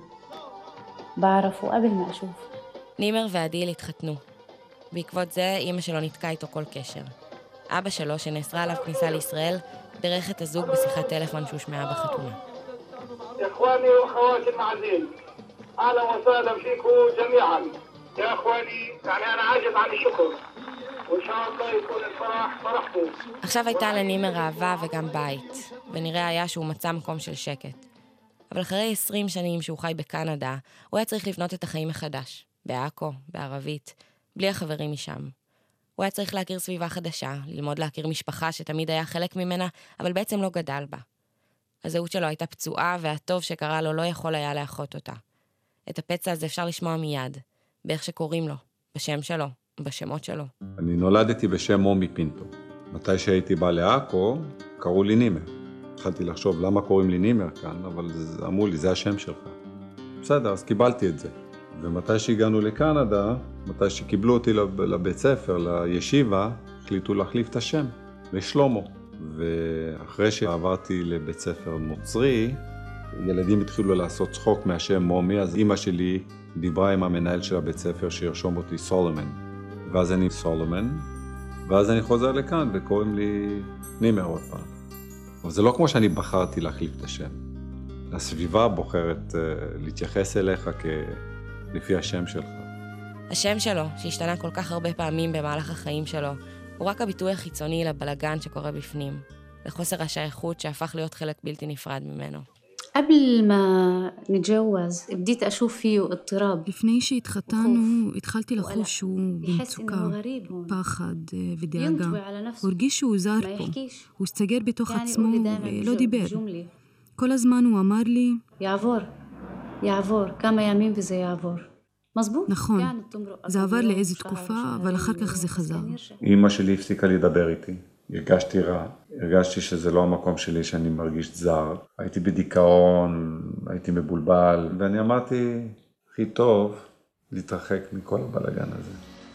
[SPEAKER 13] بعرفه قبل ما أشوفه.
[SPEAKER 7] נימר והדיל התחתנו. בעקבות זה אמא שלו נתקע איתו כל קשר. אבא שלו, שנאסרה עליו כניסה לישראל, דרך את הזוג בשיחת טלפון שהושמעה בחתונה.
[SPEAKER 11] إخواني وأخواتي المعزين أهلا وسهلا فيكم جميعا. يا أخواني يعني أنا عاجز عن الشكر وإن شاء الله يكون الفرح فرحكم.
[SPEAKER 7] עכשיו הייתה לנימר אהבה וגם בית, ונראה היה שהוא מצא מקום של שקט. אבל אחרי 20 שנים שהוא חי בקנדה, הוא היה צריך לבנות את החיים מחדש, בעכו, בערבית, בלי החברים משם. הוא היה צריך להכיר סביבה חדשה, ללמוד להכיר משפחה שתמיד היה חלק ממנה, אבל בעצם לא גדל בה. הזהות שלו הייתה פצועה, והטוב שקרה לו לא יכול היה לאחות אותה. את הפצע הזה אפשר לשמוע מיד, באיך שקוראים לו, בשם שלו, בשמות שלו.
[SPEAKER 6] אני נולדתי בשם מומי פינטו. מתי שהייתי בא לעכו, קראו לי נימר. התחלתי לחשוב למה קוראים לי נימר כאן, אבל אמרו לי, זה השם שלך. בסדר, אז קיבלתי את זה. ומתי שהגענו לקנדה, מתי שקיבלו אותי לבית ספר, לישיבה, החליטו להחליף את השם, לשלומו. ואחרי שעברתי לבית ספר נוצרי, ילדים התחילו לעשות צחוק מהשם מומי, אז אמא שלי דיברה עם המנהל של הבית ספר שירשום אותי סולומן. ואז אני סולומן, ואז אני חוזר לכאן וקוראים לי נימר עוד פעם. אבל זה לא כמו שאני בחרתי להחליף את השם. הסביבה בוחרת להתייחס אליך לפי השם שלך.
[SPEAKER 7] השם שלו, שהשתנה כל כך הרבה פעמים במהלך החיים שלו, הוא רק הביטוי החיצוני לבלגן שקורה בפנים, לחוסר השייכות שהפך להיות חלק בלתי נפרד ממנו.
[SPEAKER 13] قبل ما نتجوز بديت أشوف فيه اضطراب.
[SPEAKER 14] לפני שהתחתנו, התחלתי לחוש שהוא במצוקה, פחד ודאגה. הוא הרגיש שהוא זר פה. הוא הסתגר בתוך עצמו ולא דיבר. כל הזמן הוא אמר לי,
[SPEAKER 13] יעבור, כמה ימים וזה יעבור.
[SPEAKER 14] נכון, זה עבר לאיזו תקופה, אבל אחר כך זה חזר.
[SPEAKER 6] אמא שלי הפסיקה לדבר איתי. הרגשתי רע, הרגשתי שזה לא המקום שלי שאני מרגיש זר. הייתי בדיכאון, הייתי מבולבל, ואני אמרתי, הכי טוב להתרחק מכל הבלגן הזה.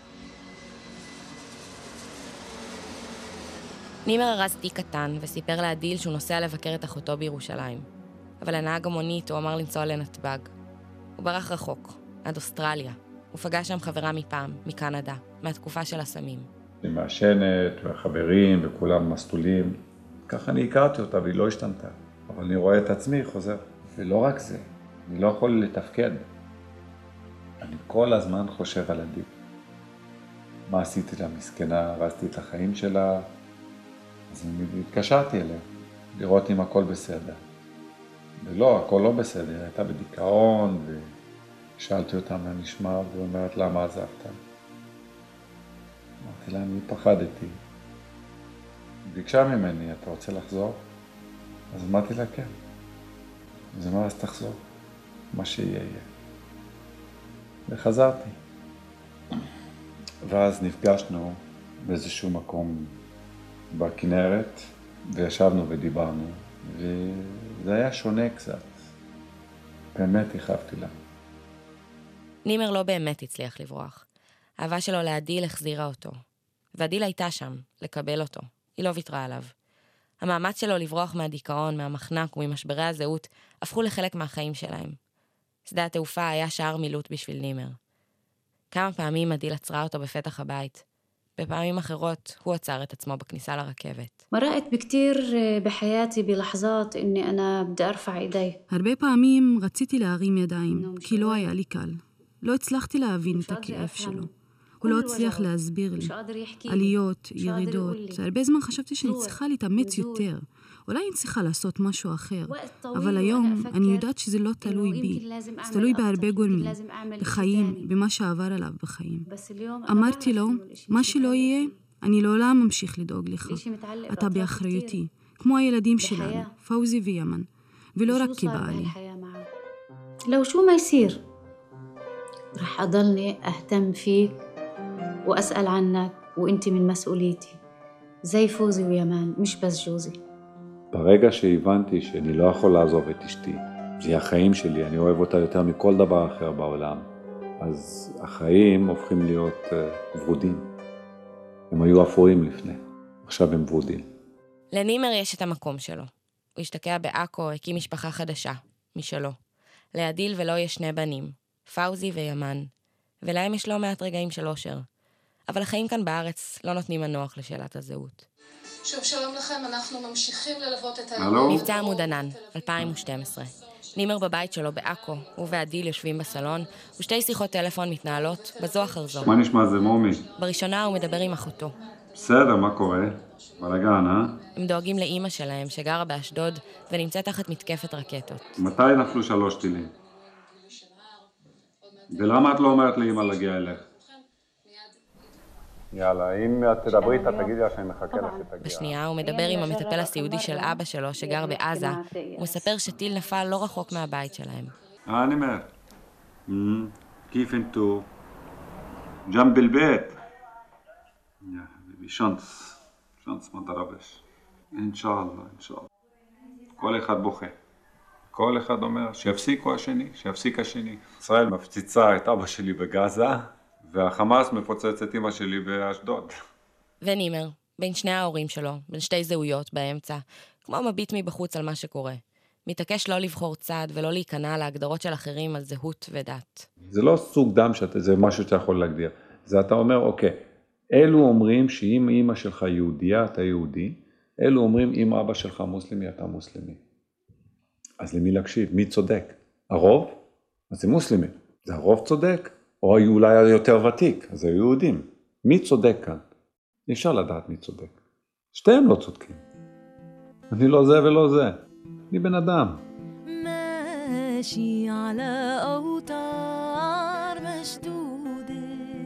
[SPEAKER 7] נימר הרס תיק קטן וסיפר להדיל שהוא נוסע לבקר את אחותו בירושלים. אבל הנהג המונית הוא אמר לנסוע לנתב"ג. הוא ברח רחוק, עד אוסטרליה. הוא פגש שם חברה מפעם, מקנדה, מהתקופה של הסמים.
[SPEAKER 6] היא מעשנת, והחברים, וכולם מסטולים. ככה אני הכרתי אותה והיא לא השתנתה. אבל אני רואה את עצמי חוזר. ולא רק זה, אני לא יכול לתפקד. אני כל הזמן חושב על עדי. מה עשיתי לה מסכנה, הרסתי את החיים שלה. אז אני התקשרתי אליה, לראות אם הכל בסדר. ולא, הכל לא בסדר, היא הייתה בדיכאון, ושאלתי אותה מה נשמע, והיא אומרת לה, מה עזבת? אמרתי לה, אני פחדתי. ביקשה ממני, אתה רוצה לחזור? אז אמרתי לה, כן. אז אמרה, אז תחזור, מה שיהיה יהיה. וחזרתי. ואז נפגשנו באיזשהו מקום בכנרת, וישבנו ודיברנו, וזה היה שונה קצת. באמת הכאבתי לה.
[SPEAKER 7] נימר לא באמת הצליח לברוח. האהבה שלו להדיל החזירה אותו. והדיל הייתה שם, לקבל אותו. היא לא ויתרה עליו. המאמץ שלו לברוח מהדיכאון, מהמחנק וממשברי הזהות, הפכו לחלק מהחיים שלהם. שדה התעופה היה שער מילוט בשביל נימר. כמה פעמים הדיל עצרה אותו בפתח הבית. בפעמים אחרות הוא עצר את עצמו בכניסה לרכבת.
[SPEAKER 13] مرقت بكتير بحياتي بلحظات إني أنا بدي أرفع إيدي.
[SPEAKER 14] הרבה פעמים רציתי להרים ידיים, כי לא היה לי קל. לא הצלחתי להבין את הכאב שלו. הוא לא הצליח להסביר לי. עליות, ירידות. הרבה זמן חשבתי שאני צריכה להתאמץ יותר. אולי אני צריכה לעשות משהו אחר. אבל היום אני יודעת שזה לא תלוי בי. זה תלוי בהרבה גורמים. בחיים, במה שעבר עליו בחיים. אמרתי לו, מה שלא יהיה, אני לעולם ממשיך לדאוג לך. אתה באחריותי. כמו הילדים שלנו, פאוזי וימן. ולא רק כבעלי.
[SPEAKER 13] لو شو ما يصير رح أضلني أهتم فيك وأسأل عنك وإنتي من مسؤوليتي زي فوزي ويمان مش بس جوزي.
[SPEAKER 6] ברגע שהבנתי שאני לא יכול לעזוב את אשתי, זה החיים שלי, אני אוהב אותה יותר מכל דבר אחר בעולם, אז החיים הופכים להיות ורודים. הם היו אפורים לפני, עכשיו הם ורודים.
[SPEAKER 7] לנימר יש את המקום שלו. הוא השתקע בעכו, הקים משפחה חדשה, משלו. להדיל ולא יש שני בנים, פאוזי וימן, ולהם יש לא מעט רגעים של אושר. אבל החיים כאן בארץ לא נותנים מנוח לשאלת הזהות.
[SPEAKER 15] שוב שלום לכם, אנחנו ממשיכים ללוות את
[SPEAKER 7] מבצע עמוד ענן, 2012. נימר בבית שלו בעכו, הוא והדיל יושבים בסלון, ושתי שיחות טלפון מתנהלות בזו אחר זו.
[SPEAKER 6] מה נשמע זה מומי?
[SPEAKER 7] בראשונה הוא מדבר עם אחותו.
[SPEAKER 6] בסדר, מה קורה? בלגן,
[SPEAKER 7] הם דואגים לאמא שלהם שגרה באשדוד ונמצאת תחת מתקפת רקטות.
[SPEAKER 6] מתי נפלו 3 טילים? ולמה את לא אומרת לאמא להגיע אליך? יאללה, אם את תדברי איתה, תגידי לה שאני מחכה לך שתגיע.
[SPEAKER 7] בשנייה הוא מדבר עם המטפל הסיעודי של אבא שלו שגר בעזה. הוא מספר שטיל נפל לא רחוק מהבית שלהם.
[SPEAKER 6] נימר, כיף אינתו? ג'נב אל-בית. יא חביבי, שנץ מה דרבש. אינשאללה. כל אחד בוכה. כל אחד אומר שיפסיקו השני, שיפסיק השני. ישראל מפציצה את אבא שלי בגזה, והחמאס מפוצץ את אמא שלי באשדוד.
[SPEAKER 7] ונימר, בין שני ההורים שלו, בין שתי זהויות באמצע, כמו מביט מבחוץ על מה שקורה. מתעקש לא לבחור צד ולא להיכנע להגדרות של אחרים על זהות ודת.
[SPEAKER 6] זה לא סוג דם, זה משהו שאתה יכול להגדיר. זה אתה אומר, אוקיי, אלו אומרים שאם אמא שלך יהודייה, אתה יהודי, אלו אומרים אם אבא שלך מוסלמי, אתה מוסלמי. אז למי להקשיב? מי צודק? הרוב? אז זה מוסלמי. זה הרוב צודק? או אולי יותר ותיק, אז זה יהודים. מי צודק כאן? אי אפשר לדעת מי צודק. שתיהם לא צודקים. אני לא זה ולא זה. אני בן אדם.
[SPEAKER 10] ماشي على أوتار مشدودة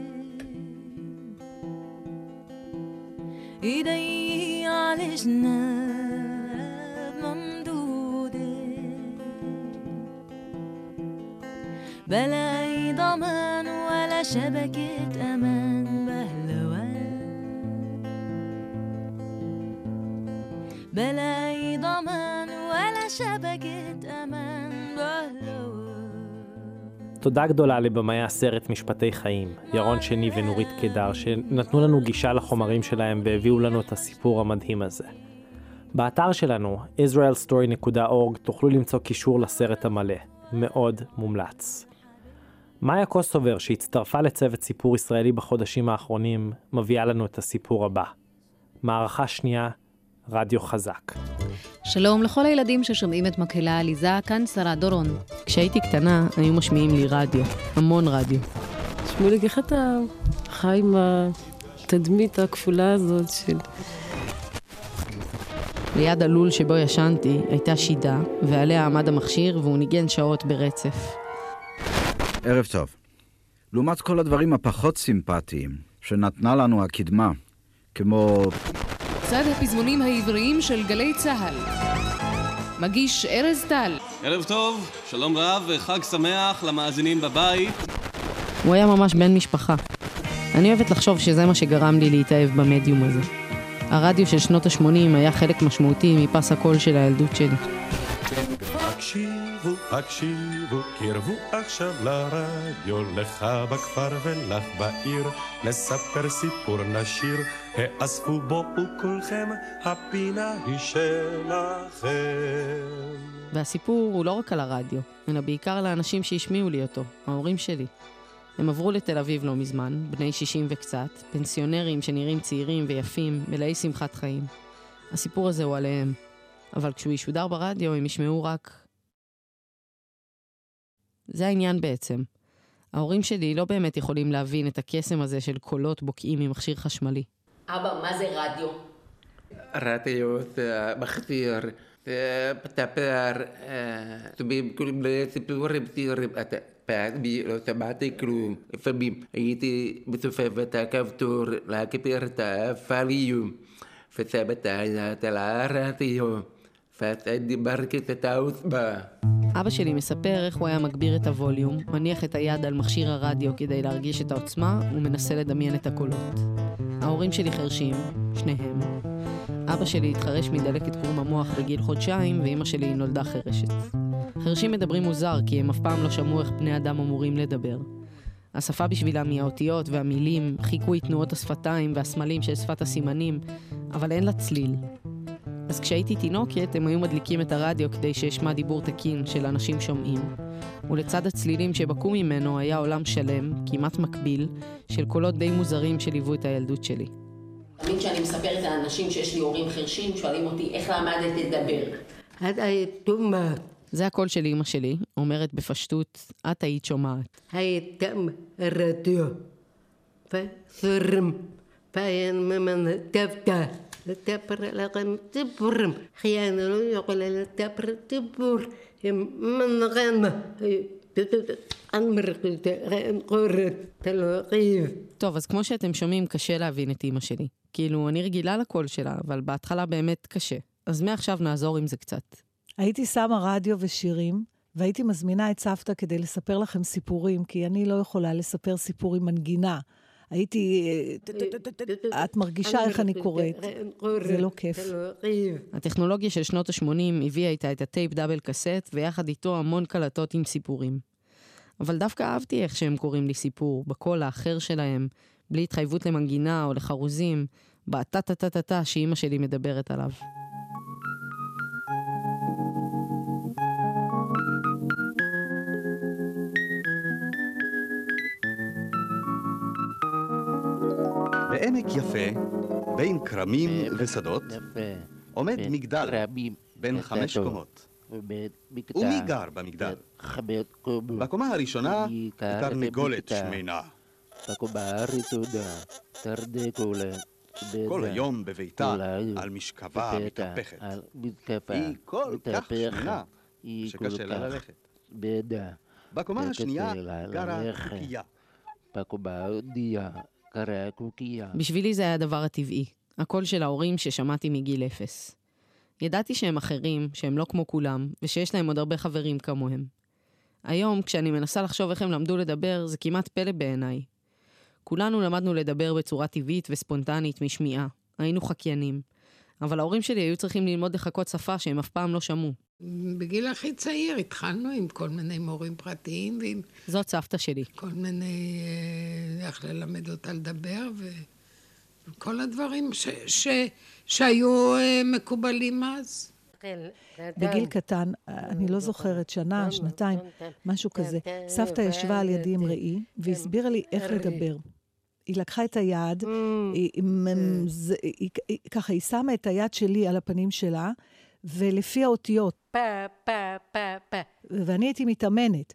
[SPEAKER 10] إيدي على جناب ممدودة بلا أي ضمان ولا شبكة أمان بهلوان بلا أي ضمان ولا شبكة أمان بهلوان.
[SPEAKER 1] תודה גדולה לבמאי הסרט משפטי חיים, ירון שני ונורית קדר, שנתנו לנו גישה לחומרים שלהם והביאו לנו את הסיפור המדהים הזה. באתר שלנו, israelstory.org, תוכלו למצוא קישור לסרט המלא. מאוד מומלץ. מאיה קוסטובר, שהצטרפה לצוות סיפור ישראלי בחודשים האחרונים, מביאה לנו את הסיפור הבא. מערכה שנייה, רדיו חזק.
[SPEAKER 16] שלום לכל הילדים ששומעים את מקהלה עליזה, כאן שרה דורון.
[SPEAKER 17] כשהייתי קטנה, היו משמיעים לי רדיו, המון רדיו.
[SPEAKER 18] שמוליק, איך אתה חי עם התדמית הכפולה הזאת של...
[SPEAKER 17] ליד הלול שבו ישנתי הייתה שידה, ועליה עמד המכשיר והוא ניגן שעות ברצף.
[SPEAKER 19] ערב טוב. לעומת כל הדברים הפחות סימפטיים שנתנה לנו הקדמה, כמו...
[SPEAKER 20] צד הפזמונים העבריים של גלי צהל. מגיש ארז טל.
[SPEAKER 21] ערב טוב, שלום רב וחג שמח למאזינים בבית.
[SPEAKER 17] הוא היה ממש בן משפחה. אני אוהבת לחשוב שזה מה שגרם לי להתאהב במדיום הזה. הרדיו של שנות ה-80 היה חלק משמעותי מפס הקול של הילדות שלי.
[SPEAKER 22] הקשיבו, הקשיבו, קרבו עכשיו לרדיו, לך בכפר ולך בעיר, נספר סיפור נשיר, האספו בו וכולכם, הפינה היא שלכם.
[SPEAKER 17] והסיפור הוא לא רק על הרדיו, אלא בעיקר לאנשים שהשמיעו לי אותו, ההורים שלי. הם עברו לתל אביב לא מזמן, בני 60 וקצת, פנסיונרים שנראים צעירים ויפים, מלאי שמחת חיים. הסיפור הזה הוא עליהם. אבל כשהוא ישודר ברדיו, הם ישמעו רק... זה העניין בעצם. ההורים שלי לא באמת יכולים להבין את הקסם הזה של קולות בוקעים ממכשיר חשמלי.
[SPEAKER 23] אבא, מה זה רדיו?
[SPEAKER 24] רדיו זה מכשיר, זה פתפר, קוראים לסיפורים ציורים, פעמי לא שמעתי כלום. לפעמים הייתי מסופף את הכפתור להגביר את הווליום, ושם את היד על הרדיו, ואז אני מרגיש את העוצמה.
[SPEAKER 17] אבא שלי מספר איך הוא היה מגביר את הווליום, מניח את היד על מכשיר הרדיו כדי להרגיש את העוצמה, ומנסה לדמיין את הקולות. ההורים שלי חרשים, שניהם. אבא שלי התחרש מדלקת קרום המוח בגיל חודשיים, ואמא שלי נולדה חרשת. חרשים מדברים מוזר, כי הם אף פעם לא שמעו איך בני אדם אמורים לדבר. השפה בשבילם היא האותיות והמילים, חיקוי תנועות השפתיים והסמלים של שפת הסימנים, אבל אין לה צליל. אז כשהייתי תינוקת, הם היו מדליקים את הרדיו כדי שישמע דיבור תקין של אנשים שומעים. ולצד הצלילים שבקו ממנו היה עולם שלם, כמעט מקביל, של קולות די מוזרים שליוו את הילדות שלי.
[SPEAKER 23] תמיד כשאני מספרת לאנשים שיש לי הורים חרשים, שואלים אותי איך למדת לדבר.
[SPEAKER 18] את היית שומעת.
[SPEAKER 17] זה הקול של אמא שלי, אומרת בפשטות, את היית שומעת.
[SPEAKER 18] היית גם רדיו. וסורם. ואין ממן דווקא. לספר לכם סיפורים. חיינו לא יכולה לספר סיפור. מנגן.
[SPEAKER 17] טוב, אז כמו שאתם שומעים, קשה להבין את אמא שלי. כאילו, אני רגילה לקול שלה, אבל בהתחלה באמת קשה. אז מעכשיו נעזור עם זה קצת.
[SPEAKER 25] הייתי שמה רדיו ושירים, והייתי מזמינה את סבתא כדי לספר לכם סיפורים, כי אני לא יכולה לספר סיפורים מנגינה. הייתי... את מרגישה איך אני קוראת. זה לא כיף.
[SPEAKER 17] הטכנולוגיה של שנות ה-80 הביאה איתה את הטייפ דאבל קסט, ויחד איתו המון קלטות עם סיפורים. אבל דווקא אהבתי איך שהם קוראים לי סיפור, בקול האחר שלהם, בלי התחייבות למנגינה או לחרוזים, בטה-טה-טה-טה שאמא שלי מדברת עליו.
[SPEAKER 26] בעמק יפה, בין קרמים ושדות, עומד מגדל בין 5 קומות. ומי גר במגדל? בקומה הראשונה תרנגולת שמנה. כל היום בביתה על משכבה מתהפכת. היא כל כך שמנה שקשה לה ללכת. בקומה השנייה גרה קוקיה.
[SPEAKER 17] בשבילי זה היה הדבר הטבעי, הקול של ההורים ששמעתי מגיל 0. ידעתי שהם אחרים, שהם לא כמו כולם, ושיש להם עוד הרבה חברים כמוהם. היום, כשאני מנסה לחשוב איך הם למדו לדבר, זה כמעט פלא בעיניי. כולנו למדנו לדבר בצורה טבעית וספונטנית משמיעה. היינו חקיינים. אבל ההורים שלי היו צריכים ללמוד לחכות שפה שהם אף פעם לא שמעו.
[SPEAKER 2] בגיל הכי צעיר התחלנו עם כל מיני מורים פרטיים, ועם...
[SPEAKER 17] זאת סבתא שלי.
[SPEAKER 2] כל מיני, איך ללמד אותה לדבר, וכל הדברים שהיו מקובלים אז.
[SPEAKER 25] בגיל קטן, אני לא זוכרת, שנה, שנתיים, משהו כזה. סבתא ישבה על ידי עם ראי, והסבירה לי איך לדבר. היא לקחה את היד, ככה, היא שמה את היד שלי על הפנים שלה, ולפי האותיות. פה, פה, פה, פה. ואני הייתי מתאמנת.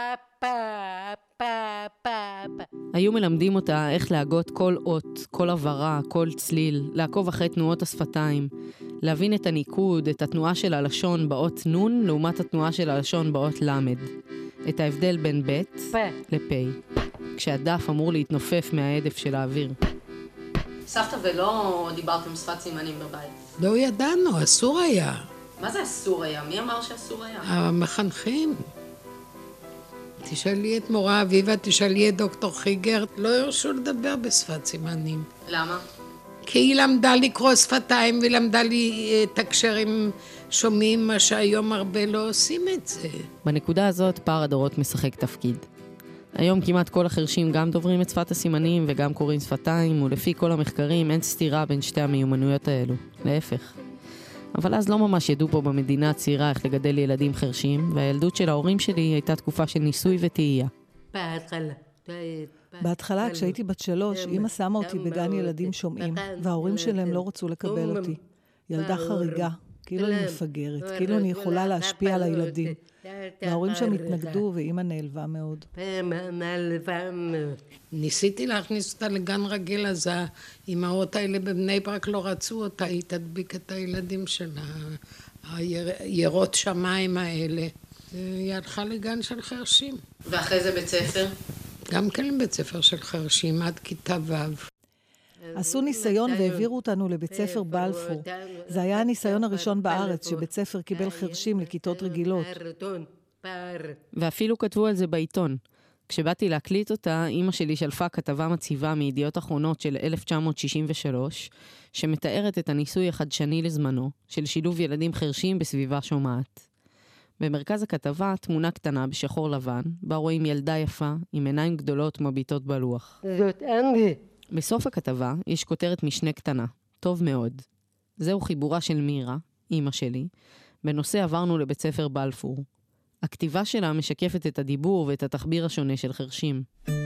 [SPEAKER 17] היו מלמדים אותה איך להגות כל אות, כל עברה, כל צליל, לעקוב אחרי תנועות השפתיים, להבין את הניקוד, את התנועה של הלשון באות נון, לעומת התנועה של הלשון באות למד. את ההבדל בין ב' לפ'. כשהדף אמור להתנופף מהעדף של האוויר.
[SPEAKER 23] סבתא ולא דיברתם שפת סימנים בבית?
[SPEAKER 2] לא ידענו, אסור היה.
[SPEAKER 23] מה זה אסור היה? מי אמר שאסור היה?
[SPEAKER 2] המחנכים. תשאלי את מורה אביבה, תשאלי את דוקטור חיגר, לא הרשו לדבר בשפת סימנים.
[SPEAKER 23] למה?
[SPEAKER 2] כי היא למדה לקרוא שפתיים, והיא למדה לי תקשר עם שומעים, מה שהיום הרבה לא עושים את זה.
[SPEAKER 17] בנקודה הזאת פער הדורות משחק תפקיד. היום כמעט כל החרשים גם דוברים את שפת הסימנים וגם קוראים שפתיים, ולפי כל המחקרים אין סתירה בין שתי המיומנויות האלו. להפך. אבל אז לא ממש ידעו פה במדינה הצעירה איך לגדל ילדים חרשים, והילדות של ההורים שלי הייתה תקופה של ניסוי וטעייה.
[SPEAKER 25] בהתחלה, כשהייתי בת 3, אמא שמה אותי בגן ילדים שומעים, וההורים שלהם לא רצו לקבל אותי. ילדה חריגה, כאילו אני מפגרת, כאילו אני יכולה להשפיע על הילדים. וההורים שם התנגדו, ואמא נעלבה מאוד.
[SPEAKER 2] ניסיתי להכניס אותה לגן רגיל, אז האמהות האלה בבני ברק לא רצו אותה, היא תדביק את הילדים שלה, הירות שמיים האלה. היא הלכה לגן של חרשים.
[SPEAKER 23] ואחרי זה בית ספר?
[SPEAKER 2] גם כן בית ספר של חרשים, עד כיתה ו'.
[SPEAKER 25] עשו ניסיון והעבירו אותנו לבית ספר בלפור. זה היה הניסיון הראשון בארץ שבית ספר קיבל חרשים לכיתות רגילות.
[SPEAKER 17] ואפילו כתבו על זה בעיתון. כשבאתי להקליט אותה, אמא שלי שלפה כתבה מציבה מידיעות אחרונות של 1963, שמתארת את הניסוי החדשני לזמנו, של שילוב ילדים חרשים בסביבה שומעת. במרכז הכתבה תמונה קטנה בשחור לבן, בה רואים ילדה יפה עם עיניים גדולות מביטות בלוח.
[SPEAKER 3] זאת אנדי.
[SPEAKER 17] בסוף הכתבה יש כותרת משנה קטנה, טוב מאוד. זהו חיבורה של מירה, אמא שלי, בנושא עברנו לבית ספר בלפור. הכתיבה שלה משקפת את הדיבור ואת התחביר השונה של חרשים.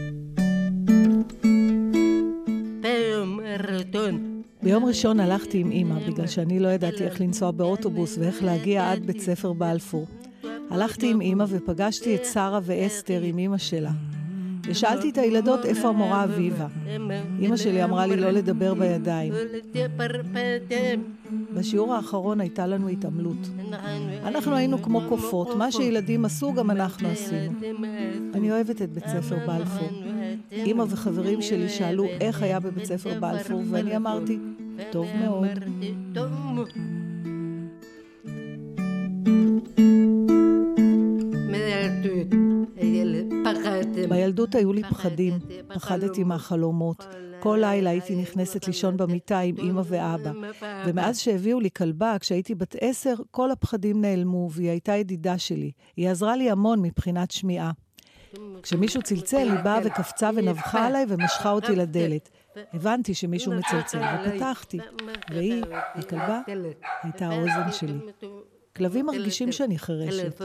[SPEAKER 25] ביום ראשון הלכתי עם אמא, בגלל שאני לא ידעתי איך לנסוע באוטובוס ואיך להגיע עד בית ספר בלפור. הלכתי עם אמא ופגשתי את שרה ואסתר עם אמא שלה. ושאלתי את הילדות איפה המורה אביבה. אמא שלי אמרה לי לא לדבר בידיים. בשיעור האחרון הייתה לנו התעמלות. אנחנו היינו כמו קופות, מה שילדים עשו גם אנחנו עשינו. אני אוהבת את בית ספר בלפור. אמא וחברים שלי שאלו איך היה בבית ספר בלפור, ואני אמרתי, טוב מאוד. בילדות היו לי פחדים, פחדתי מהחלומות. כל לילה הייתי נכנסת לישון במיטה עם אמא ואבא. ומאז שהביאו לי כלבה, כשהייתי בת 10, כל הפחדים נעלמו, והיא הייתה ידידה שלי. היא עזרה לי המון מבחינת שמיעה. כשמישהו צלצל, היא באה וקפצה ונבחה עליי ומשכה אותי לדלת. הבנתי שמישהו מצלצל ופתחתי. והיא, הכלבה, הייתה האוזן שלי. כלבים מרגישים שאני חרשת.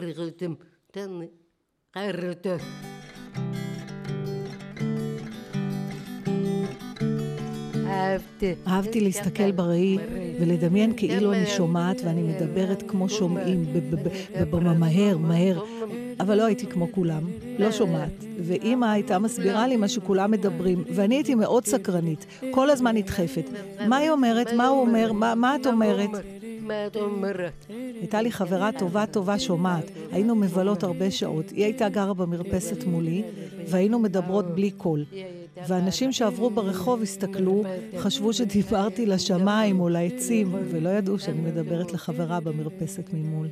[SPEAKER 25] אהבתי להסתכל בראי ולדמיין כאילו אני שומעת ואני מדברת כמו שומעים, מהר, אבל לא הייתי כמו כולם, לא שומעת. ואמא הייתה מסבירה לי מה שכולם מדברים, ואני הייתי מאוד סקרנית, כל הזמן נדחפת. מה היא אומרת? מה הוא אומר? מה את אומרת? הייתה לי חברה טובה שומעת. היינו מבלות הרבה שעות. היא הייתה גרה במרפסת מולי, והיינו מדברות בלי קול. ואנשים שעברו ברחוב הסתכלו, חשבו שדיברתי לשמיים או לעצים, ולא ידעו שאני מדברת לחברה במרפסת ממול.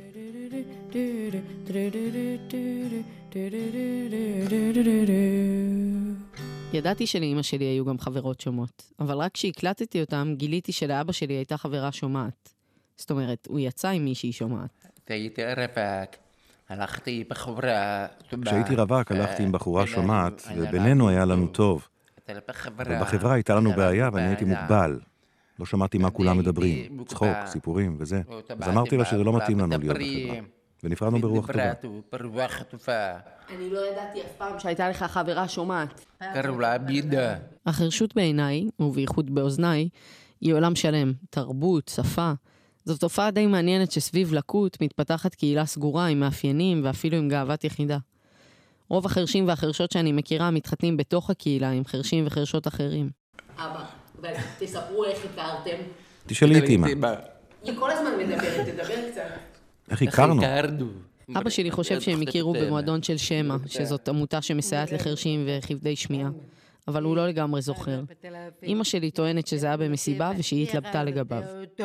[SPEAKER 17] ידעתי שלאמא שלי היו גם חברות שומעות, אבל רק כשהקלטתי אותם גיליתי שלאבא שלי הייתה חברה שומעת. זאת אומרת, הוא יצא עם מישהי שומעת.
[SPEAKER 24] כשהייתי רווק, הלכתי בחברה...
[SPEAKER 3] כשהייתי רווק הלכתי עם בחורה שומעת, ובינינו היה לנו טוב. אבל בחברה הייתה לנו בעיה ואני הייתי מוגבל. לא שמעתי מה כולם מדברים, צחוק, סיפורים וזה. אז אמרתי לה שזה לא מתאים לנו להיות בחברה. ונפרדנו ברוח טובה.
[SPEAKER 17] אני לא ידעתי אף פעם שהייתה לך חברה שומעת.
[SPEAKER 24] קראו לה בידה.
[SPEAKER 17] החרשות בעיניי, ובייחוד באוזניי, היא עולם שלם, תרבות, שפה. זו תופעה די מעניינת שסביב לקות מתפתחת קהילה סגורה עם מאפיינים ואפילו עם גאוות יחידה. רוב החרשים והחרשות שאני מכירה מתחתנים בתוך הקהילה עם חרשים וחרשות אחרים.
[SPEAKER 23] אבא, תספרו איך הכרתם.
[SPEAKER 3] תשאלי את אמא.
[SPEAKER 23] היא כל הזמן מדברת, תדבר קצת.
[SPEAKER 3] איך הכרנו?
[SPEAKER 17] אבא שלי חושב שהם הכירו במועדון של שמה, שזאת עמותה שמסייעת לחרשים וכבדי שמיעה. אבל הוא לא לגמרי זוכר. אמא שלי טוענת שזה היה במסיבה ושהיא התלבטה לגביו.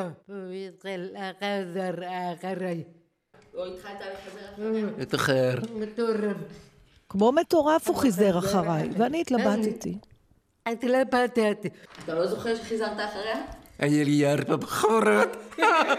[SPEAKER 25] כמו מטורף הוא חיזר אחריי, ואני התלבטתי.
[SPEAKER 23] אתה לא זוכר שחיזרת אחריה?
[SPEAKER 24] היה לי 4 בחורות.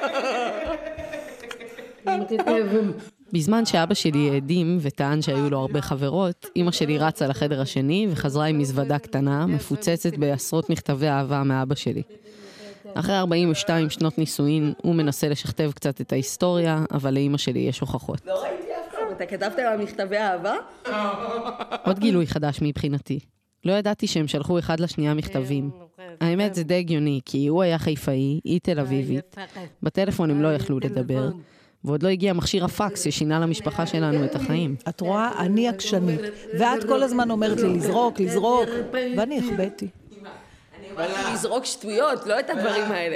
[SPEAKER 17] בזמן שאבא שלי העדים וטען שהיו לו הרבה חברות, אמא שלי רצה לחדר השני וחזרה עם מזוודה קטנה, מפוצצת בעשרות מכתבי אהבה מאבא שלי. אחרי 42 שנות נישואין, הוא מנסה לשכתב קצת את ההיסטוריה, אבל לאמא שלי יש הוכחות.
[SPEAKER 23] לא ראיתי אף פעם, אתה כתבת לה מכתבי אהבה?
[SPEAKER 17] עוד גילוי חדש מבחינתי. לא ידעתי שהם שלחו אחד לשנייה מכתבים. האמת זה די הגיוני, כי הוא היה חיפאי, היא תל אביבית. בטלפון הם לא יכלו לדבר. ועוד לא הגיע מכשיר הפקס ששינה למשפחה שלנו את החיים.
[SPEAKER 25] את רואה, אני עקשנית, ואת כל הזמן אומרת לי לזרוק, ואני הכבאתי.
[SPEAKER 23] אני אמרתי לזרוק שטויות, לא את הדברים האלה.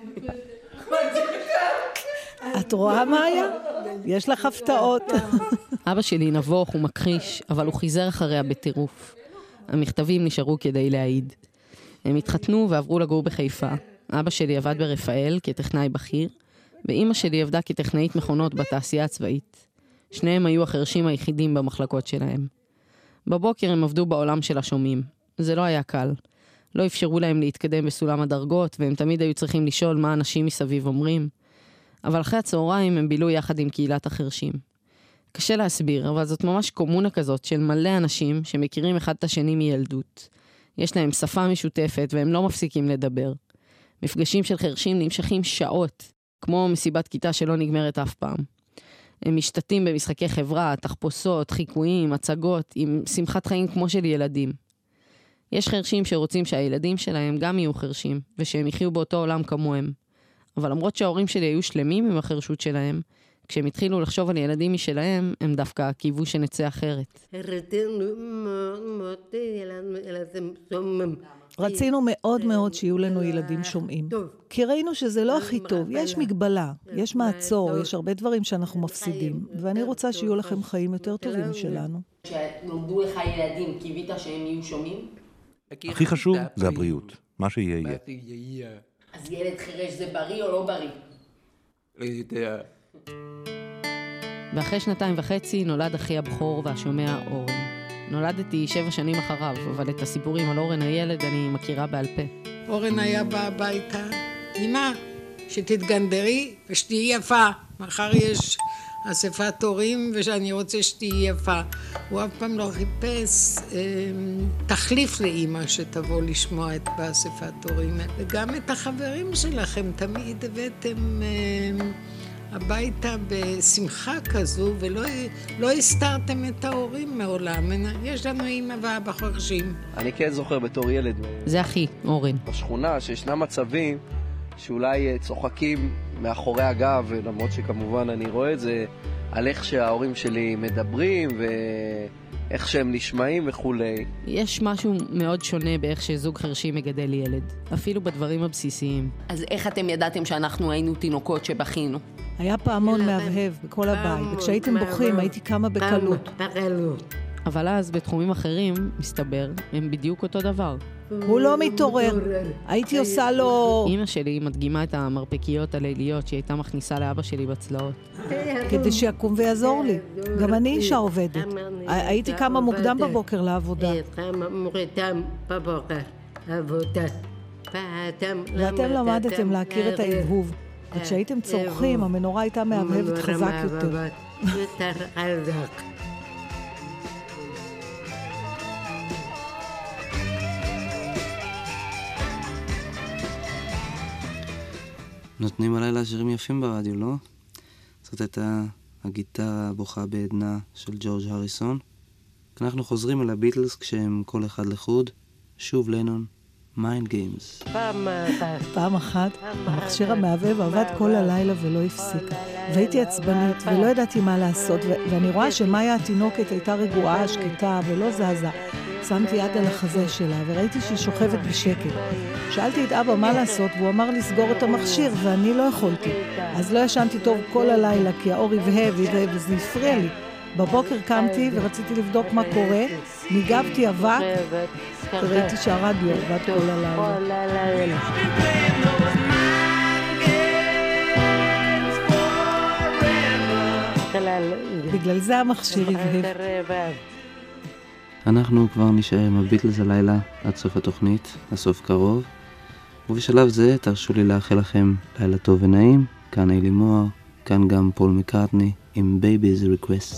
[SPEAKER 25] את רואה מה היה? יש לך הפתעות.
[SPEAKER 17] אבא שלי נבוך ומכחיש, אבל הוא חיזר אחריה בטירוף. המכתבים נשארו כדי להעיד. הם התחתנו ועברו לגור בחיפה. אבא שלי עבד ברפאל כטכנאי בכיר, ואמא שלי עבדה כטכנאית מכונות בתעשייה הצבאית. שניהם היו החרשים היחידים במחלקות שלהם. בבוקר הם עבדו בעולם של השומעים. זה לא היה קל. לא אפשרו להם להתקדם בסולם הדרגות, והם תמיד היו צריכים לשאול מה אנשים מסביב אומרים. אבל אחרי הצהריים הם בילו יחד עם קהילת החרשים. קשה להסביר, אבל זאת ממש קומונה כזאת של מלא אנשים שמכירים אחד את השני מילדות. יש להם שפה משותפת והם לא מפסיקים לדבר. מפגשים של חרשים נמשכים שעות, כמו מסיבת כיתה שלא נגמרת אף פעם. הם משתתים במשחקי חברה, תחפושות, חיקויים, הצגות, עם שמחת חיים כמו של ילדים. יש חרשים שרוצים שהילדים שלהם גם יהיו חרשים, ושהם יחיו באותו עולם כמוהם. אבל למרות שההורים שלי היו שלמים עם החרשות שלהם, כשהם התחילו לחשוב על ילדים משלהם, הם דווקא קיוו שנצא אחרת.
[SPEAKER 25] רצינו מאוד מאוד שיהיו לנו ילדים שומעים. כי ראינו שזה לא הכי טוב, יש מגבלה, יש מעצור, יש הרבה דברים שאנחנו מפסידים, ואני רוצה שיהיו לכם חיים יותר טובים משלנו.
[SPEAKER 23] כשנולדו לך ילדים, קיווית שהם יהיו שומעים?
[SPEAKER 3] הכי חשוב זה הבריאות, מה שיהיה יהיה.
[SPEAKER 23] אז ילד חירש זה בריא או לא בריא?
[SPEAKER 24] לא יודע.
[SPEAKER 17] ואחרי 2.5 נולד אחי הבכור והשומע אורן. נולדתי 7 שנים אחריו, אבל את הסיפורים על אורן הילד אני מכירה בעל פה.
[SPEAKER 2] אורן היה בא הביתה, אמא, שתתגנדרי ושתהי יפה, מחר יש אספת הורים ושאני רוצה שתהי יפה. הוא אף פעם לא חיפש תחליף לאמא שתבוא לשמוע את באספת הורים. וגם את החברים שלכם תמיד הבאתם הביתה בשמחה כזו, ולא הסתרתם את ההורים מעולם. יש לנו אמא ואבא חרשים.
[SPEAKER 4] אני כן זוכר בתור ילד.
[SPEAKER 17] זה אחי, אורן.
[SPEAKER 4] בשכונה שישנם מצבים שאולי צוחקים מאחורי הגב, למרות שכמובן אני רואה את זה, על איך שההורים שלי מדברים ואיך שהם נשמעים וכולי.
[SPEAKER 17] יש משהו מאוד שונה באיך שזוג חרשים מגדל ילד, אפילו בדברים הבסיסיים.
[SPEAKER 23] אז איך אתם ידעתם שאנחנו היינו תינוקות שבכינו?
[SPEAKER 25] היה פעמון מהבהב בכל הבית, וכשהייתם בוכים הייתי קמה בקלות.
[SPEAKER 17] אבל אז בתחומים אחרים, מסתבר, הם בדיוק אותו דבר.
[SPEAKER 25] הוא לא מתעורר, הייתי עושה לו...
[SPEAKER 17] אמא שלי מדגימה את המרפקיות הליליות שהיא הייתה מכניסה לאבא שלי בצלעות.
[SPEAKER 25] כדי שיקום ויעזור לי. גם אני אישה עובדת. הייתי קמה מוקדם בבוקר לעבודה. ואתם למדתם להכיר את ההבהוב. וכשהייתם צורכים, המנורה הייתה מהבהבת חזק יותר.
[SPEAKER 5] נותנים הלילה שירים יפים ברדיו, לא? זאת הייתה הגיטרה הבוכה בעדנה של ג'ורג' הריסון. אנחנו חוזרים על הביטלס כשהם כל אחד לחוד, שוב לנון, מיינד גיימס.
[SPEAKER 25] פעם אחת, המכשיר המהבהב עבד כל הלילה ולא הפסיקה. והייתי עצבנית ולא ידעתי מה לעשות, ואני רואה שמאיה התינוקת הייתה רגועה, שקטה ולא זזה. שמתי יד על החזה שלה וראיתי שהיא שוכבת בשקט. שאלתי את אבא מה לעשות והוא אמר לסגור את המכשיר ואני לא יכולתי. אז לא ישנתי טוב כל הלילה כי האור הבהב וזה הפריע לי. בבוקר קמתי ורציתי לבדוק מה קורה, ניגבתי אבק וראיתי שהרדיו עבד כל הלילה. בגלל זה המכשיר הבהב.
[SPEAKER 5] אנחנו כבר נשאר עם הביטלס הלילה עד סוף התוכנית, הסוף קרוב. ובשלב זה תרשו לי לאחל לכם לילה טוב ונעים. כאן אלי מוהר, כאן גם פול מקארטני עם Baby's Request.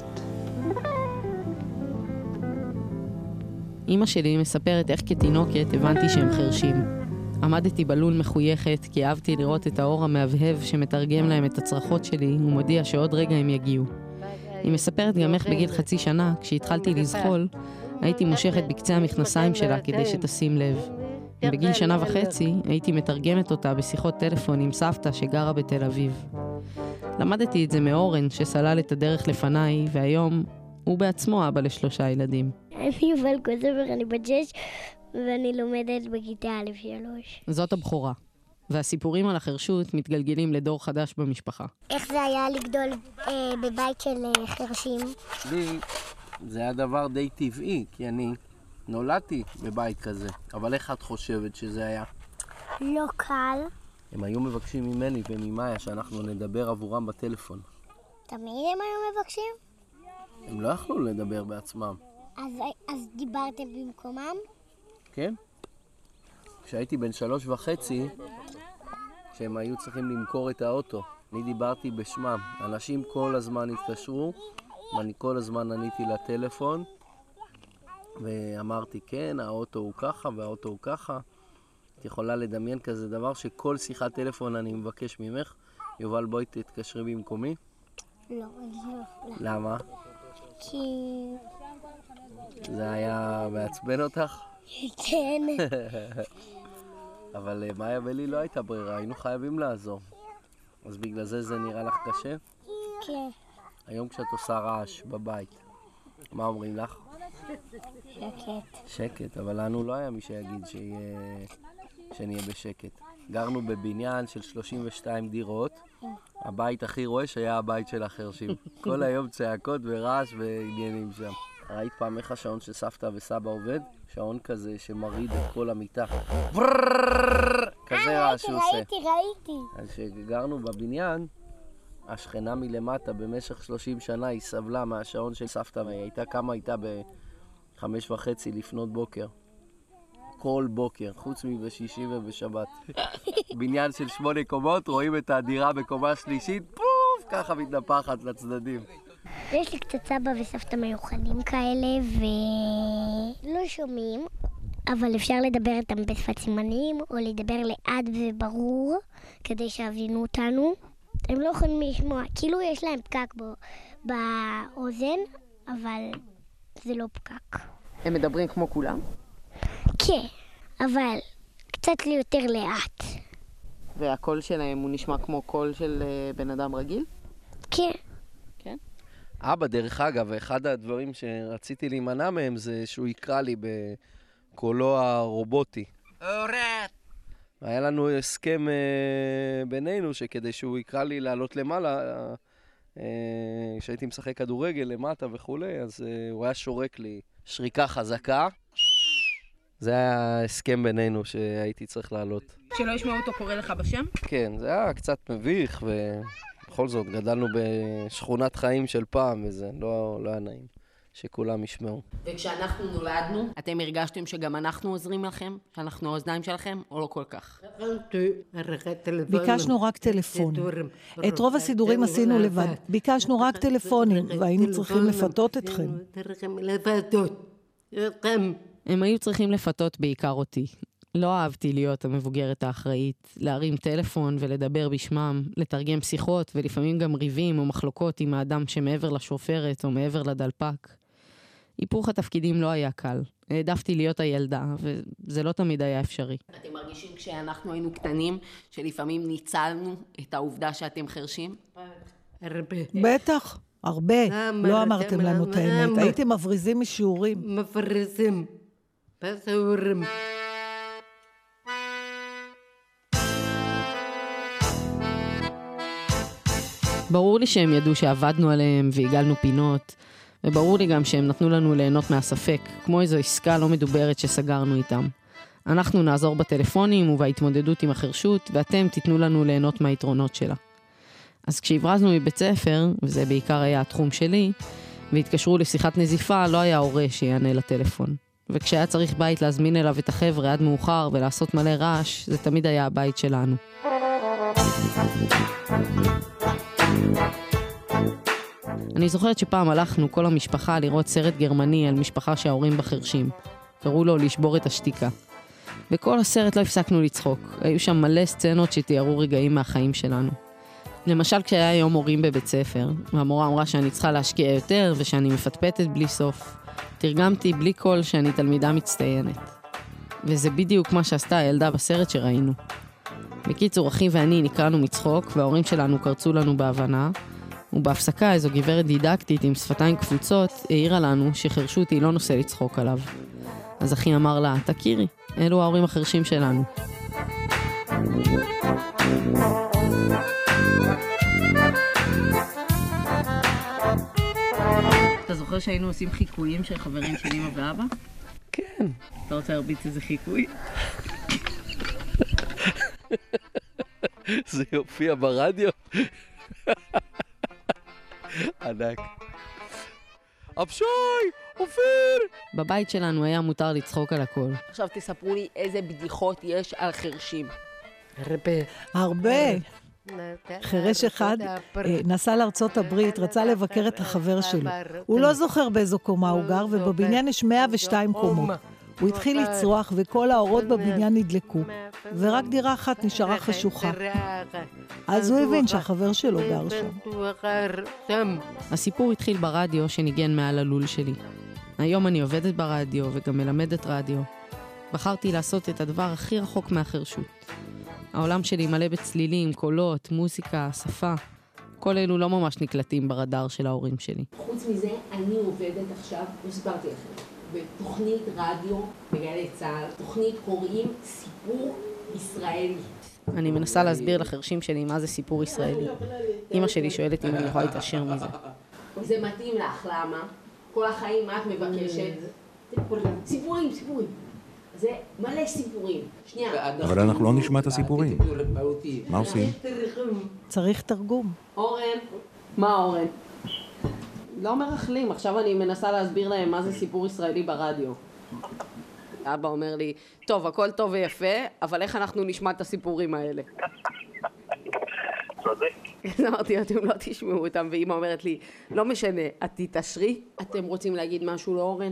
[SPEAKER 17] אמא שלי מספרת איך כתינוקת הבנתי שהם חרשים. עמדתי בלול מחויכת כי אהבתי לראות את האור המהבהב שמתרגם להם את הצרחות שלי ומודיע שעוד רגע הם יגיעו. היא מספרת גם איך בגיל 0.5 שנה, כשהתחלתי לזחול, הייתי מושכת בקצה המכנסיים שלה כדי שתשים לב. בגיל 1.5 הייתי מתרגמת אותה בשיחות טלפון עם סבתא שגרה בתל אביב. למדתי את זה מאורן שסלל את הדרך לפניי, והיום הוא בעצמו אבא ל3 ילדים.
[SPEAKER 8] אני יובל קוזבר, אני בת 6, ואני לומדת בכיתה א' 3.
[SPEAKER 17] זאת הבכורה. והסיפורים על החרשות מתגלגלים לדור חדש במשפחה.
[SPEAKER 8] איך זה היה לגדול בבית של חרשים?
[SPEAKER 4] לי זה היה דבר די טבעי, כי אני נולדתי בבית כזה. אבל איך את חושבת שזה היה?
[SPEAKER 8] לא קל.
[SPEAKER 4] הם היו מבקשים ממני וממאיה שאנחנו נדבר עבורם בטלפון.
[SPEAKER 8] תמיד הם היו מבקשים?
[SPEAKER 4] הם לא יכלו לדבר בעצמם.
[SPEAKER 8] אז דיברתם במקומם?
[SPEAKER 4] כן. כשהייתי בן 3.5, כשהם היו צריכים למכור את האוטו, אני דיברתי בשמם. אנשים כל הזמן התקשרו, ואני כל הזמן עניתי לטלפון, ואמרתי, כן, האוטו הוא ככה והאוטו הוא ככה. את יכולה לדמיין כזה דבר שכל שיחת טלפון אני מבקש ממך, יובל בואי תתקשרי במקומי?
[SPEAKER 8] לא,
[SPEAKER 4] למה?
[SPEAKER 8] כי...
[SPEAKER 4] זה היה מעצבן אותך?
[SPEAKER 8] כן.
[SPEAKER 4] אבל מאיה ולי לא הייתה ברירה, היינו חייבים לעזור. אז בגלל זה נראה לך קשה?
[SPEAKER 8] כן.
[SPEAKER 4] היום כשאת עושה רעש בבית, מה אומרים לך?
[SPEAKER 8] שקט.
[SPEAKER 4] שקט, אבל לנו לא היה מי שיגיד שנהיה בשקט. גרנו בבניין של 32 דירות, הבית הכי רועש היה הבית של החרשים. כל היום צעקות ורעש ועניינים שם. ראית פעם איך השעון של סבתא וסבא עובד? שעון כזה שמריד את כל המיטה. כזה רעש שהוא עושה.
[SPEAKER 8] ראיתי.
[SPEAKER 4] אז כשגרנו בבניין, השכנה מלמטה במשך 30 שנה היא סבלה מהשעון של סבתא, והיא הייתה כמה איתה ב5:30 לפנות בוקר. כל בוקר, חוץ מבשישי ובשבת. בניין של 8 קומות, רואים את הדירה בקומה שלישית, פוף, ככה מתנפחת לצדדים.
[SPEAKER 8] יש לי קצת סבא וסבתא מיוחדים כאלה, ולא שומעים, אבל אפשר לדבר איתם בשפת סימנים, או לדבר לאט וברור, כדי שיבינו אותנו. הם לא יכולים לשמוע, כאילו יש להם פקק באוזן, אבל זה לא פקק.
[SPEAKER 17] הם מדברים כמו כולם?
[SPEAKER 8] כן, אבל קצת יותר לאט.
[SPEAKER 17] והקול שלהם הוא נשמע כמו קול של בן אדם רגיל?
[SPEAKER 8] כן.
[SPEAKER 17] כן?
[SPEAKER 4] אבא, דרך אגב, אחד הדברים שרציתי להימנע מהם זה שהוא יקרא לי בקולו הרובוטי.
[SPEAKER 24] אורת!
[SPEAKER 4] היה לנו הסכם בינינו שכדי שהוא יקרא לי לעלות למעלה, כשהייתי משחק כדורגל למטה וכולי, אז הוא היה שורק לי שריקה חזקה. זה היה הסכם בינינו שהייתי צריך לעלות.
[SPEAKER 17] שלא ישמעו אותו קורא לך בשם?
[SPEAKER 4] כן, זה היה קצת מביך, ובכל זאת גדלנו בשכונת חיים של פעם, וזה לא היה נעים. שכולם ישמעו.
[SPEAKER 23] וכשאנחנו נולדנו, אתם הרגשתם שגם אנחנו עוזרים לכם? שאנחנו האוזניים שלכם, או לא כל כך?
[SPEAKER 25] ביקשנו רק טלפונים. את רוב הסידורים עשינו לבד. ביקשנו רק טלפונים, והיינו צריכים לפתות אתכם.
[SPEAKER 17] הם היו צריכים לפתות בעיקר אותי. לא אהבתי להיות המבוגרת האחראית, להרים טלפון ולדבר בשמם, לתרגם שיחות ולפעמים גם ריבים או מחלוקות עם האדם שמעבר לשופרת או מעבר לדלפק. היפוך התפקידים לא היה קל. העדפתי להיות הילדה, וזה לא תמיד היה אפשרי.
[SPEAKER 23] אתם מרגישים כשאנחנו היינו קטנים, שלפעמים ניצלנו את העובדה שאתם חרשים?
[SPEAKER 25] בטח, הרבה. לא אמרתם לנו את האמת. הייתם מבריזים משיעורים.
[SPEAKER 23] מבריזים. בשיעורים.
[SPEAKER 17] ברור לי שהם ידעו שעבדנו עליהם והגלנו פינות, וברור לי גם שהם נתנו לנו ליהנות מהספק, כמו איזו עסקה לא מדוברת שסגרנו איתם. אנחנו נעזור בטלפונים ובהתמודדות עם החרשות, ואתם תיתנו לנו ליהנות מהיתרונות שלה. אז כשהברזנו מבית ספר, וזה בעיקר היה התחום שלי, והתקשרו לשיחת נזיפה, לא היה הורה שיענה לטלפון. וכשהיה צריך בית להזמין אליו את החבר'ה עד מאוחר ולעשות מלא רעש, זה תמיד היה הבית שלנו. אני זוכרת שפעם הלכנו כל המשפחה לראות סרט גרמני על משפחה שההורים בחרשים. קראו לו לשבור את השתיקה. וכל הסרט לא הפסקנו לצחוק. היו שם מלא סצנות שתיארו רגעים מהחיים שלנו. למשל כשהיה יום הורים בבית ספר, והמורה אמרה שאני צריכה להשקיע יותר ושאני מפטפטת בלי סוף. תרגמתי בלי קול שאני תלמידה מצטיינת. וזה בדיוק מה שעשתה הילדה בסרט שראינו. בקיצור, אחי ואני נקראנו מצחוק, וההורים שלנו קרצו לנו בהבנה, ובהפסקה איזו גברת דידקטית עם שפתיים קפוצות העירה לנו שחרשות היא לא נושא לצחוק עליו. אז אחי אמר לה, תכירי, אלו ההורים החרשים שלנו. אתה זוכר שהיינו עושים חיקויים של חברים של אמא ואבא?
[SPEAKER 4] כן.
[SPEAKER 17] אתה רוצה להרביץ איזה חיקוי?
[SPEAKER 4] זה יופיע ברדיו? ענק. אבשוי! אופיר!
[SPEAKER 17] בבית שלנו היה מותר לצחוק על הכל.
[SPEAKER 23] עכשיו תספרו לי איזה בדיחות יש על חרשים.
[SPEAKER 25] הרבה. חרש אחד נסע לארצות הברית, רצה לבקר את החבר שלו. הוא לא זוכר באיזו קומה הוא גר, ובבניין יש 102 קומות. הוא התחיל לצרוח וכל האורות בבניין נדלקו, ורק דירה אחת נשארה חשוכה. אז הוא הבין שהחבר שלו גר שם.
[SPEAKER 17] הסיפור התחיל ברדיו שניגן מעל הלול שלי. היום אני עובדת ברדיו וגם מלמדת רדיו. בחרתי לעשות את הדבר הכי רחוק מהחרשות. העולם שלי מלא בצלילים, קולות, מוזיקה, שפה. כל אלו לא ממש נקלטים ברדאר של ההורים שלי.
[SPEAKER 23] חוץ מזה, אני עובדת עכשיו, הסברתי לכם, בתוכנית רדיו בגלי צה"ל. תוכנית קוראים סיפור ישראלי.
[SPEAKER 17] אני מנסה להסביר לחרשים שלי מה זה סיפור ישראלי. אמא שלי שואלת אם אני יכולה להתעשר מזה.
[SPEAKER 23] זה מתאים לך, למה? כל החיים מה את מבקשת? סיפורים. זה מלא סיפורים. שנייה.
[SPEAKER 3] אבל אנחנו לא נשמע את הסיפורים. מה עושים?
[SPEAKER 25] צריך תרגום.
[SPEAKER 23] אורן.
[SPEAKER 17] מה אורן? לא מרחלים, עכשיו אני מנסה להסביר להם מה זה סיפור ישראלי ברדיו. אבא אומר לי, טוב, הכל טוב ויפה, אבל איך אנחנו נשמע את הסיפורים האלה? אז אמרתי, אתם לא תשמעו אותם, ואמא אומרת לי, לא משנה, את תתעשרי? אתם רוצים להגיד משהו לאורן?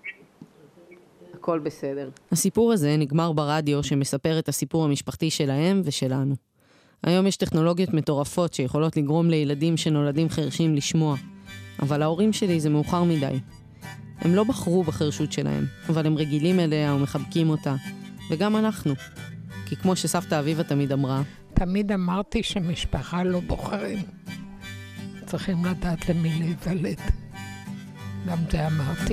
[SPEAKER 17] הכל בסדר. הסיפור הזה נגמר ברדיו שמספר את הסיפור המשפחתי שלהם ושלנו. היום יש טכנולוגיות מטורפות שיכולות לגרום לילדים שנולדים חרשים לשמוע. אבל ההורים שלי זה מאוחר מדי. הם לא בחרו בחרשות שלהם, אבל הם רגילים אליה ומחבקים אותה. וגם אנחנו. כי כמו שסבתא אביבה תמיד אמרה,
[SPEAKER 2] תמיד אמרתי שמשפחה לא בוחרים. צריכים לדעת למי להיוולד. גם זה אמרתי.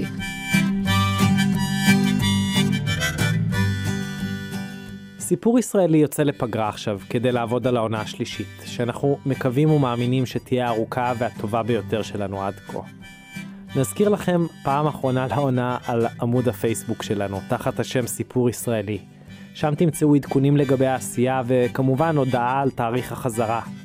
[SPEAKER 1] סיפור ישראלי יוצא לפגרה עכשיו כדי לעבוד על העונה השלישית, שאנחנו מקווים ומאמינים שתהיה הארוכה והטובה ביותר שלנו עד כה. נזכיר לכם פעם אחרונה לעונה על עמוד הפייסבוק שלנו, תחת השם סיפור ישראלי. שם תמצאו עדכונים לגבי העשייה וכמובן הודעה על תאריך החזרה.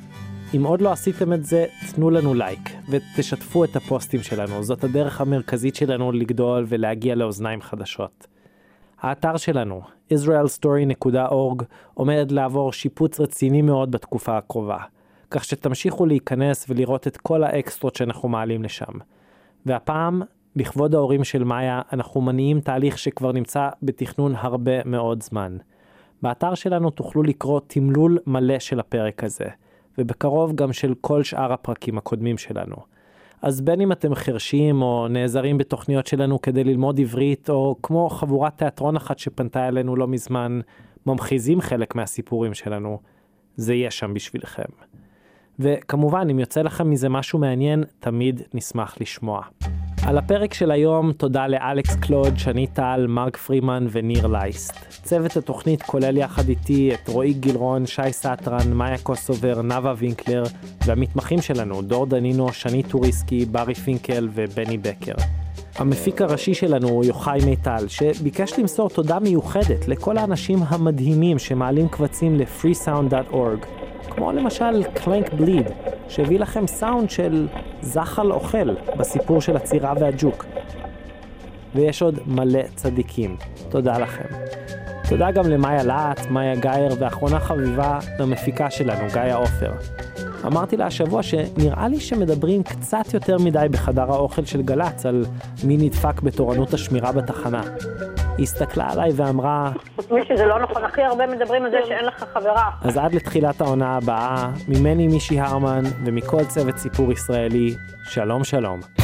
[SPEAKER 1] אם עוד לא עשיתם את זה, תנו לנו לייק ותשתפו את הפוסטים שלנו. זאת הדרך המרכזית שלנו לגדול ולהגיע לאוזניים חדשות. האתר שלנו, israelstory.org, עומד לעבור שיפוץ רציני מאוד בתקופה הקרובה, כך שתמשיכו להיכנס ולראות את כל האקסטרות שאנחנו מעלים לשם. והפעם, לכבוד ההורים של מאיה, אנחנו מניעים תהליך שכבר נמצא בתכנון הרבה מאוד זמן. באתר שלנו תוכלו לקרוא תמלול מלא של הפרק הזה, ובקרוב גם של כל שאר הפרקים הקודמים שלנו. אז בין אם אתם חרשים או נעזרים בתוכניות שלנו כדי ללמוד עברית, או כמו חבורת תיאטרון אחת שפנתה אלינו לא מזמן, ממחיזים חלק מהסיפורים שלנו, זה יהיה שם בשבילכם. וכמובן, אם יוצא לכם מזה משהו מעניין, תמיד נשמח לשמוע. על הפרק של היום, תודה לאלכס קלוד, שני טל, מרק פרימן וניר לייסט. צוות התוכנית כולל יחד איתי את רועי גילרון, שי סטרן, מאיה קוסובר, נאווה וינקלר, והמתמחים שלנו, דור דנינו, שני טוריסקי, ברי פינקל ובני בקר. המפיק הראשי שלנו הוא יוחאי מיטל, שביקש למסור תודה מיוחדת לכל האנשים המדהימים שמעלים קבצים ל-freesound.org, כמו למשל קלנק בליד, שהביא לכם סאונד של זחל אוכל בסיפור של הצירה והג'וק. ויש עוד מלא צדיקים. תודה לכם. תודה גם למאיה לאט, מאיה גייר, ואחרונה חביבה למפיקה שלנו, גאיה אופר. אמרתי לה השבוע שנראה לי שמדברים קצת יותר מדי בחדר האוכל של גלץ על מי נדפק בתורנות השמירה בתחנה. היא הסתכלה עליי ואמרה,
[SPEAKER 9] חוץ מי שזה לא נכון, הכי הרבה מדברים על זה שאין לך חברה.
[SPEAKER 1] אז עד לתחילת העונה הבאה, ממני מישי הרמן ומכל צוות סיפור ישראלי, שלום שלום.